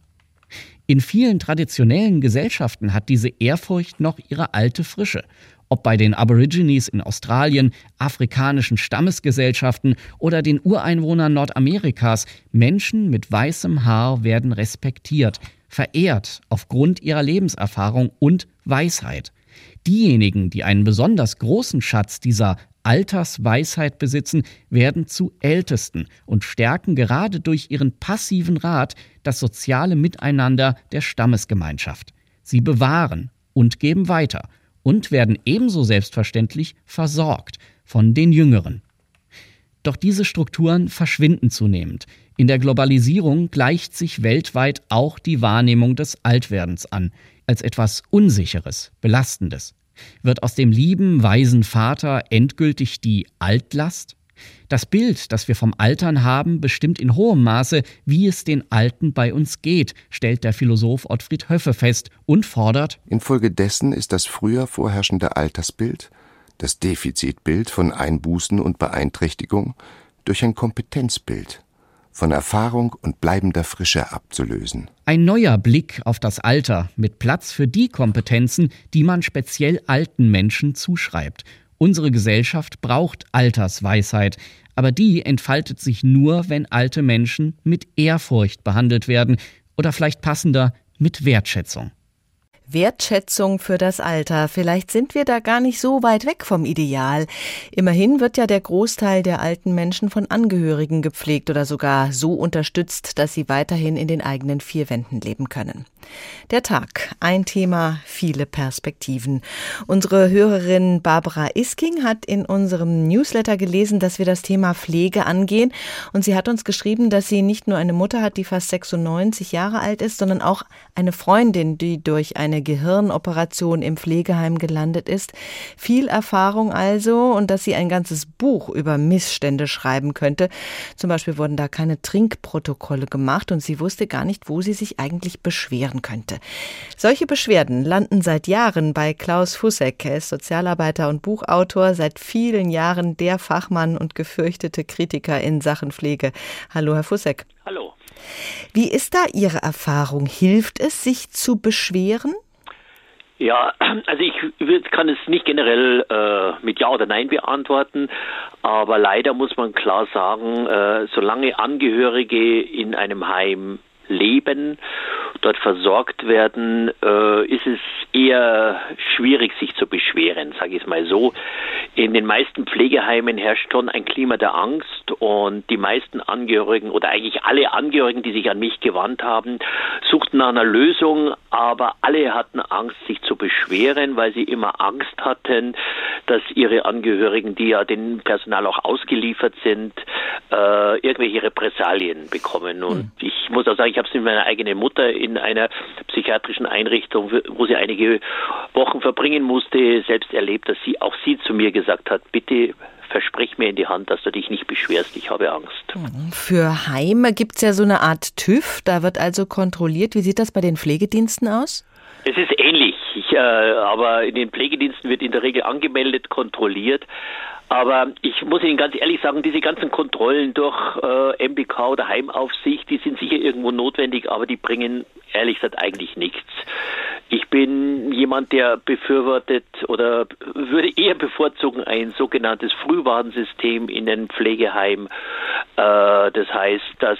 In vielen traditionellen Gesellschaften hat diese Ehrfurcht noch ihre alte Frische. Ob bei den Aborigines in Australien, afrikanischen Stammesgesellschaften oder den Ureinwohnern Nordamerikas, Menschen mit weißem Haar werden respektiert, verehrt aufgrund ihrer Lebenserfahrung und Weisheit. Diejenigen, die einen besonders großen Schatz dieser Altersweisheit besitzen, werden zu Ältesten und stärken gerade durch ihren passiven Rat das soziale Miteinander der Stammesgemeinschaft. Sie bewahren und geben weiter und werden ebenso selbstverständlich versorgt von den Jüngeren. Doch diese Strukturen verschwinden zunehmend. In der Globalisierung gleicht sich weltweit auch die Wahrnehmung des Altwerdens an, als etwas Unsicheres, Belastendes. Wird aus dem lieben, weisen Vater endgültig die Altlast? Das Bild, das wir vom Altern haben, bestimmt in hohem Maße, wie es den Alten bei uns geht, stellt der Philosoph Ottfried Höffe fest und fordert: Infolgedessen ist das früher vorherrschende Altersbild, das Defizitbild von Einbußen und Beeinträchtigung, durch ein Kompetenzbild von Erfahrung und bleibender Frische abzulösen. Ein neuer Blick auf das Alter mit Platz für die Kompetenzen, die man speziell alten Menschen zuschreibt. Unsere Gesellschaft braucht Altersweisheit, aber die entfaltet sich nur, wenn alte Menschen mit Ehrfurcht behandelt werden oder vielleicht passender mit Wertschätzung. Wertschätzung für das Alter. Vielleicht sind wir da gar nicht so weit weg vom Ideal. Immerhin wird ja der Großteil der alten Menschen von Angehörigen gepflegt oder sogar so unterstützt, dass sie weiterhin in den eigenen vier Wänden leben können. Der Tag, ein Thema, viele Perspektiven. Unsere Hörerin Barbara Isking hat in unserem Newsletter gelesen, dass wir das Thema Pflege angehen. Und sie hat uns geschrieben, dass sie nicht nur eine Mutter hat, die fast 96 Jahre alt ist, sondern auch eine Freundin, die durch eine Gehirnoperation im Pflegeheim gelandet ist. Viel Erfahrung also, und dass sie ein ganzes Buch über Missstände schreiben könnte. Zum Beispiel wurden da keine Trinkprotokolle gemacht und sie wusste gar nicht, wo sie sich eigentlich beschweren könnte. Solche Beschwerden landen seit Jahren bei Klaus Fussek. Er ist Sozialarbeiter und Buchautor, seit vielen Jahren der Fachmann und gefürchtete Kritiker in Sachen Pflege. Hallo, Herr Fussek. Hallo. Wie ist da Ihre Erfahrung? Hilft es, sich zu beschweren? Ja, also ich kann es nicht generell mit Ja oder Nein beantworten, aber leider muss man klar sagen, solange Angehörige in einem Heim leben, dort versorgt werden, ist es eher schwierig, sich zu beschweren, sage ich es mal so. In den meisten Pflegeheimen herrscht schon ein Klima der Angst und die meisten Angehörigen oder eigentlich alle Angehörigen, die sich an mich gewandt haben, suchten nach einer Lösung, aber alle hatten Angst, sich zu beschweren, weil sie immer Angst hatten, dass ihre Angehörigen, die ja dem Personal auch ausgeliefert sind, irgendwelche Repressalien bekommen. Und ich muss auch sagen, ich habe es mit meiner eigenen Mutter in einer psychiatrischen Einrichtung, wo sie einige Wochen verbringen musste, selbst erlebt, dass sie zu mir gesagt gesagt hat, bitte versprich mir in die Hand, dass du dich nicht beschwerst, ich habe Angst. Für Heime gibt es ja so eine Art TÜV, da wird also kontrolliert. Wie sieht das bei den Pflegediensten aus? Es ist ähnlich, aber in den Pflegediensten wird in der Regel angemeldet, kontrolliert. Aber ich muss Ihnen ganz ehrlich sagen, diese ganzen Kontrollen durch MBK oder Heimaufsicht, die sind sicher irgendwo notwendig, aber die bringen ehrlich gesagt eigentlich nichts. Ich bin jemand, der befürwortet oder würde eher bevorzugen ein sogenanntes Frühwarnsystem in den Pflegeheimen. Das heißt, dass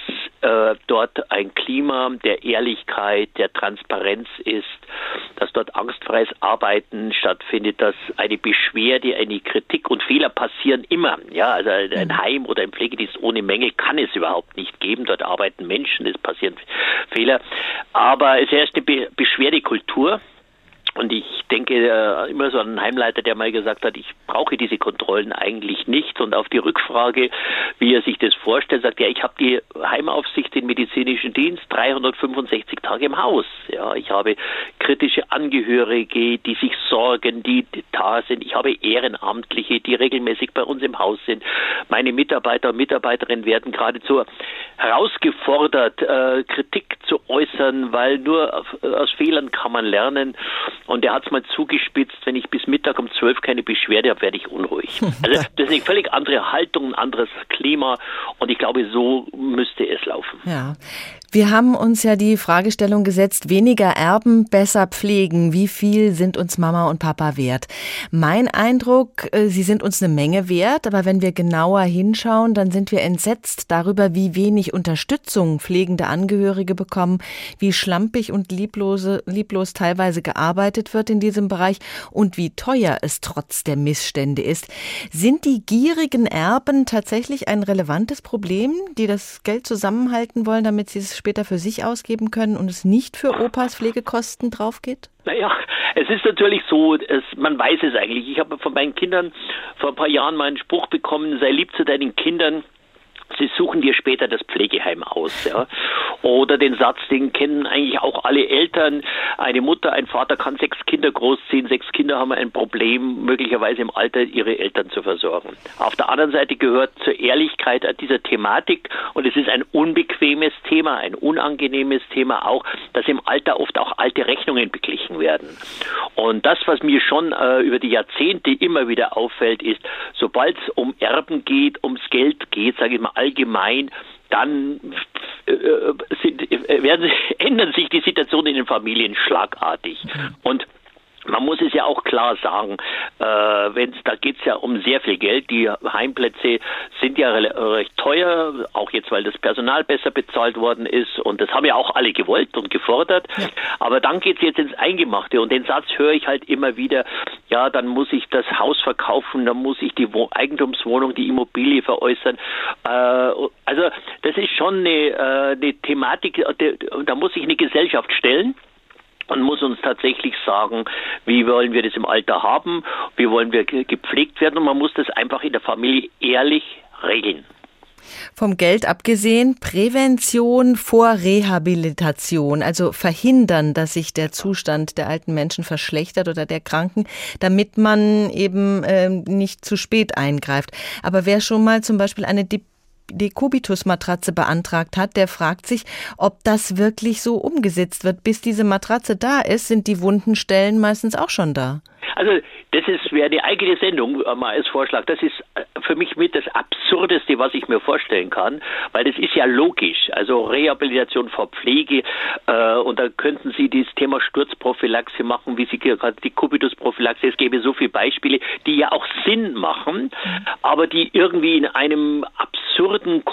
dort ein Klima der Ehrlichkeit, der Transparenz ist, dass dort angstfreies Arbeiten stattfindet, dass eine Beschwerde, eine Kritik und Fehler passieren immer. Ja, also ein Heim oder ein Pflegedienst ohne Mängel kann es überhaupt nicht geben. Dort arbeiten Menschen, es passieren Fehler. Aber es herrscht eine Beschwerdekultur. Und ich denke immer so an einen Heimleiter, der mal gesagt hat, ich brauche diese Kontrollen eigentlich nicht. Und auf die Rückfrage, wie er sich das vorstellt, sagt er, ich habe die Heimaufsicht, den medizinischen Dienst 365 Tage im Haus. Ja, ich habe kritische Angehörige, die sich sorgen, die da sind. Ich habe Ehrenamtliche, die regelmäßig bei uns im Haus sind. Meine Mitarbeiter und Mitarbeiterinnen werden geradezu herausgefordert, Kritik zu äußern, weil nur aus Fehlern kann man lernen. Und er hat es mal zugespitzt, wenn ich bis Mittag um 12 keine Beschwerde habe, werde ich unruhig. Also das ist eine völlig andere Haltung, ein anderes Klima und ich glaube, so müsste es laufen. Ja. Wir haben uns ja die Fragestellung gesetzt, weniger erben, besser pflegen. Wie viel sind uns Mama und Papa wert? Mein Eindruck, sie sind uns eine Menge wert, aber wenn wir genauer hinschauen, dann sind wir entsetzt darüber, wie wenig Unterstützung pflegende Angehörige bekommen, wie schlampig und lieblos teilweise gearbeitet wird in diesem Bereich und wie teuer es trotz der Missstände ist. Sind die gierigen Erben tatsächlich ein relevantes Problem, die das Geld zusammenhalten wollen, damit sie es später für sich ausgeben können und es nicht für Opas Pflegekosten drauf geht? Naja, es ist natürlich so, man weiß es eigentlich. Ich habe von meinen Kindern vor ein paar Jahren mal einen Spruch bekommen, sei lieb zu deinen Kindern, sie suchen dir später das Pflegeheim aus. Ja? Oder den Satz, den kennen eigentlich auch alle Eltern. Eine Mutter, ein Vater kann 6 Kinder großziehen. 6 Kinder haben ein Problem, möglicherweise im Alter ihre Eltern zu versorgen. Auf der anderen Seite gehört zur Ehrlichkeit dieser Thematik, und es ist ein unbequemes Thema, ein unangenehmes Thema auch, dass im Alter oft auch alte Rechnungen beglichen werden. Und das, was mir schon über die Jahrzehnte immer wieder auffällt, ist, sobald es um Erben geht, ums Geld geht, sage ich mal allgemein, dann ändern sich die Situationen in den Familien schlagartig. Und man muss es ja auch klar sagen, da geht es ja um sehr viel Geld. Die Heimplätze sind ja recht teuer, auch jetzt, weil das Personal besser bezahlt worden ist. Und das haben ja auch alle gewollt und gefordert. Ja. Aber dann geht es jetzt ins Eingemachte. Und den Satz höre ich halt immer wieder, ja, dann muss ich das Haus verkaufen, dann muss ich die Eigentumswohnung, die Immobilie veräußern. Also das ist schon eine Thematik, da muss sich eine Gesellschaft stellen. Man muss uns tatsächlich sagen, wie wollen wir das im Alter haben, wie wollen wir gepflegt werden, und man muss das einfach in der Familie ehrlich regeln. Vom Geld abgesehen, Prävention vor Rehabilitation, also verhindern, dass sich der Zustand der alten Menschen verschlechtert oder der Kranken, damit man eben nicht zu spät eingreift. Aber wer schon mal zum Beispiel eine Dekubitus-Matratze beantragt hat, der fragt sich, ob das wirklich so umgesetzt wird. Bis diese Matratze da ist, sind die wunden Stellen meistens auch schon da. Also das wäre eine eigene Sendung mal als Vorschlag. Das ist für mich mit das Absurdeste, was ich mir vorstellen kann, weil das ist ja logisch. Also Rehabilitation vor Pflege, und da könnten Sie das Thema Sturzprophylaxe machen, wie Sie gerade die Dekubitus-Prophylaxe. Es gäbe so viele Beispiele, die ja auch Sinn machen, aber die irgendwie in einem absurden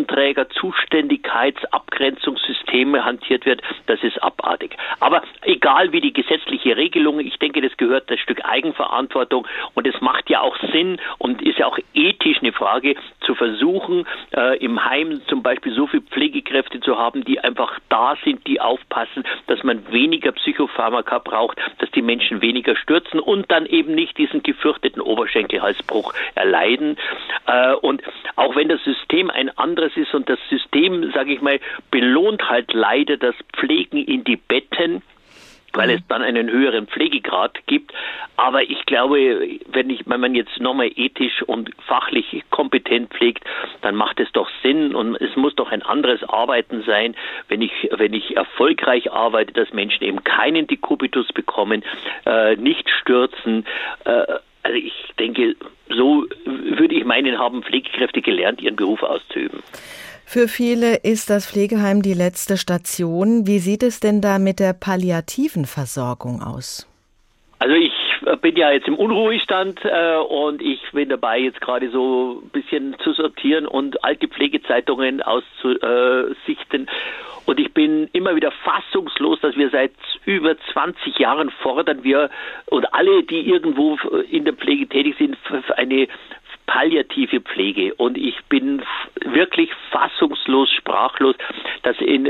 Kostenträger-Zuständigkeitsabgrenzungssystem hantiert wird. Das ist abartig. Aber egal wie die gesetzliche Regelung, ich denke, das gehört ein Stück Eigenverantwortung, und es macht ja auch Sinn und ist ja auch ethisch eine Frage, zu versuchen, im Heim zum Beispiel so viele Pflegekräfte zu haben, die einfach da sind, die aufpassen, dass man weniger Psychopharmaka braucht, dass die Menschen weniger stürzen und dann eben nicht diesen gefürchteten Oberschenkelhalsbruch erleiden. Und auch wenn das System ein anderes ist und das System, sage ich mal, belohnt halt leider das Pflegen in die Betten, weil es dann einen höheren Pflegegrad gibt. Aber ich glaube, wenn man jetzt nochmal ethisch und fachlich kompetent pflegt, dann macht es doch Sinn und es muss doch ein anderes Arbeiten sein, wenn ich erfolgreich arbeite, dass Menschen eben keinen Dekubitus bekommen, nicht stürzen. Also ich denke, so würde ich meinen, haben Pflegekräfte gelernt, ihren Beruf auszuüben. Für viele ist das Pflegeheim die letzte Station. Wie sieht es denn da mit der palliativen Versorgung aus? Also ich bin ja jetzt im Unruhestand und ich bin dabei, jetzt gerade so ein bisschen zu sortieren und alte Pflegezeitungen auszusichten. Und ich bin immer wieder fassungslos, dass wir seit über 20 Jahren fordern und alle, die irgendwo in der Pflege tätig sind, für eine palliative Pflege. Und ich bin wirklich fassungslos, sprachlos, dass in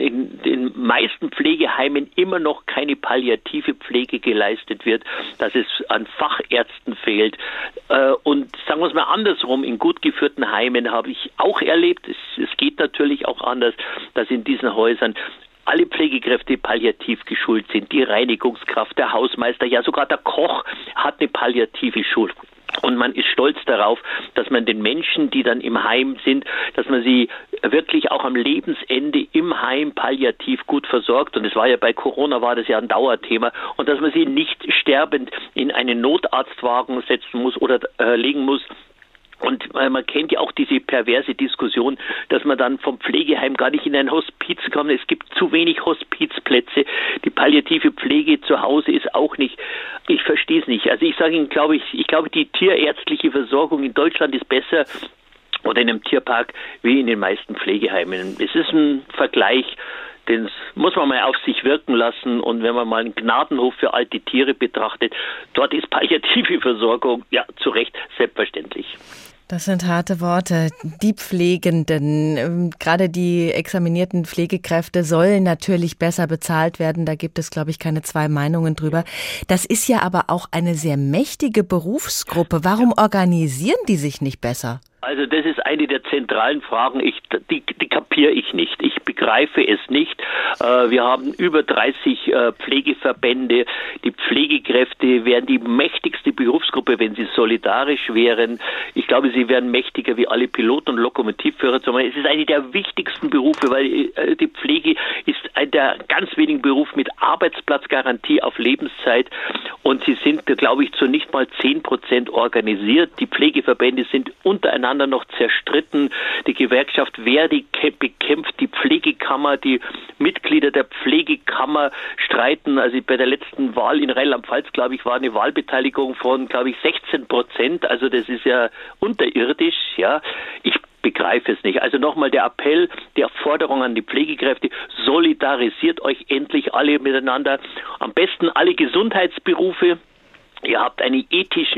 den meisten Pflegeheimen immer noch keine palliative Pflege geleistet wird, dass es an Fachärzten fehlt. Und sagen wir es mal andersrum, in gut geführten Heimen habe ich auch erlebt, es geht natürlich auch anders, dass in diesen Häusern alle Pflegekräfte palliativ geschult sind, die Reinigungskraft, der Hausmeister, ja sogar der Koch hat eine palliative Schulung. Und man ist stolz darauf, dass man den Menschen, die dann im Heim sind, dass man sie wirklich auch am Lebensende im Heim palliativ gut versorgt. Und es war ja bei Corona war das ja ein Dauerthema. Und dass man sie nicht sterbend in einen Notarztwagen setzen muss oder legen muss. Und man kennt ja auch diese perverse Diskussion, dass man dann vom Pflegeheim gar nicht in ein Hospiz kommt. Es gibt zu wenig Hospizplätze. Die palliative Pflege zu Hause ist auch nicht. Ich verstehe es nicht. Also ich sage Ihnen, ich glaube, die tierärztliche Versorgung in Deutschland ist besser oder in einem Tierpark wie in den meisten Pflegeheimen. Es ist ein Vergleich, den muss man mal auf sich wirken lassen. Und wenn man mal einen Gnadenhof für alte Tiere betrachtet, dort ist palliative Versorgung, ja, zu Recht selbstverständlich. Das sind harte Worte. Die Pflegenden, gerade die examinierten Pflegekräfte sollen natürlich besser bezahlt werden. Da gibt es, glaube ich, keine zwei Meinungen drüber. Das ist ja aber auch eine sehr mächtige Berufsgruppe. Warum organisieren die sich nicht besser? Also das ist eine der zentralen Fragen, die kapiere ich nicht. Ich begreife es nicht. Wir haben über 30 Pflegeverbände. Die Pflegekräfte wären die mächtigste Berufsgruppe, wenn sie solidarisch wären. Ich glaube, sie wären mächtiger wie alle Piloten und Lokomotivführer. Es ist eine der wichtigsten Berufe, weil die Pflege ist einer der ganz wenigen Berufe mit Arbeitsplatzgarantie auf Lebenszeit. Und sie sind, glaube ich, zu nicht mal 10% organisiert. Die Pflegeverbände sind untereinander noch zerstritten. Die Gewerkschaft Verdi bekämpft die Pflegekammer. Die Mitglieder der Pflegekammer streiten. Also bei der letzten Wahl in Rheinland-Pfalz, glaube ich, war eine Wahlbeteiligung von, glaube ich, 16%. Also das ist ja unterirdisch. Ja, ich begreife es nicht. Also nochmal der Appell, der Forderung an die Pflegekräfte, solidarisiert euch endlich alle miteinander. Am besten alle Gesundheitsberufe. Ihr habt einen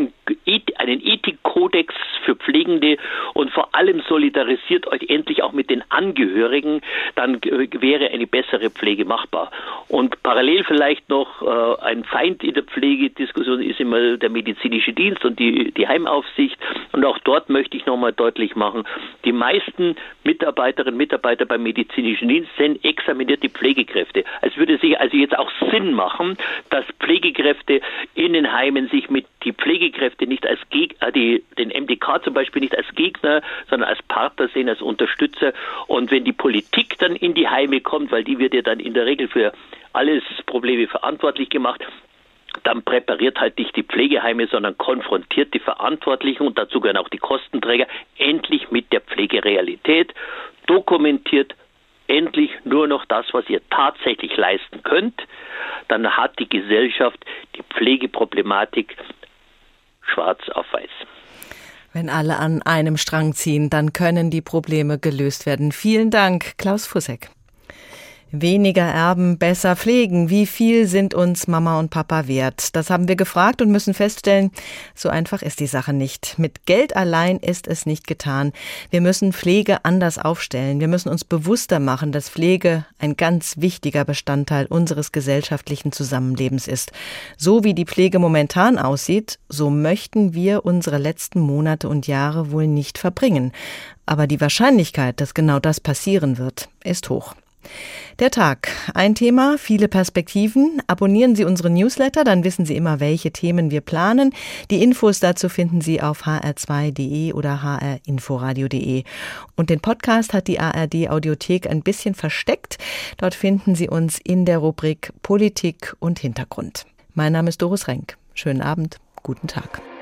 Ethikkodex für Pflegende und vor allem solidarisiert euch endlich auch mit den Angehörigen, dann wäre eine bessere Pflege machbar. Und parallel vielleicht noch ein Feind in der Pflegediskussion ist immer der medizinische Dienst und die Heimaufsicht. Und auch dort möchte ich nochmal deutlich machen, die meisten Mitarbeiterinnen und Mitarbeiter beim medizinischen Dienst sind examinierte Pflegekräfte. Es würde sich also jetzt auch Sinn machen, dass Pflegekräfte in den Heimen sich mit die Pflegekräfte nicht als Gegner, den MDK zum Beispiel nicht als Gegner, sondern als Partner sehen, als Unterstützer. Und wenn die Politik dann in die Heime kommt, weil die wird ja dann in der Regel für alles Probleme verantwortlich gemacht, dann präpariert halt nicht die Pflegeheime, sondern konfrontiert die Verantwortlichen und dazu gehören auch die Kostenträger endlich mit der Pflegerealität, dokumentiert endlich nur noch das, was ihr tatsächlich leisten könnt, dann hat die Gesellschaft die Pflegeproblematik schwarz auf weiß. Wenn alle an einem Strang ziehen, dann können die Probleme gelöst werden. Vielen Dank, Klaus Fussek. Weniger erben, besser pflegen. Wie viel sind uns Mama und Papa wert? Das haben wir gefragt und müssen feststellen, so einfach ist die Sache nicht. Mit Geld allein ist es nicht getan. Wir müssen Pflege anders aufstellen. Wir müssen uns bewusster machen, dass Pflege ein ganz wichtiger Bestandteil unseres gesellschaftlichen Zusammenlebens ist. So wie die Pflege momentan aussieht, so möchten wir unsere letzten Monate und Jahre wohl nicht verbringen. Aber die Wahrscheinlichkeit, dass genau das passieren wird, ist hoch. Der Tag. Ein Thema, viele Perspektiven. Abonnieren Sie unseren Newsletter, dann wissen Sie immer, welche Themen wir planen. Die Infos dazu finden Sie auf hr2.de oder hrinforadio.de. Und den Podcast hat die ARD-Audiothek ein bisschen versteckt. Dort finden Sie uns in der Rubrik Politik und Hintergrund. Mein Name ist Doris Renk. Schönen Abend, guten Tag.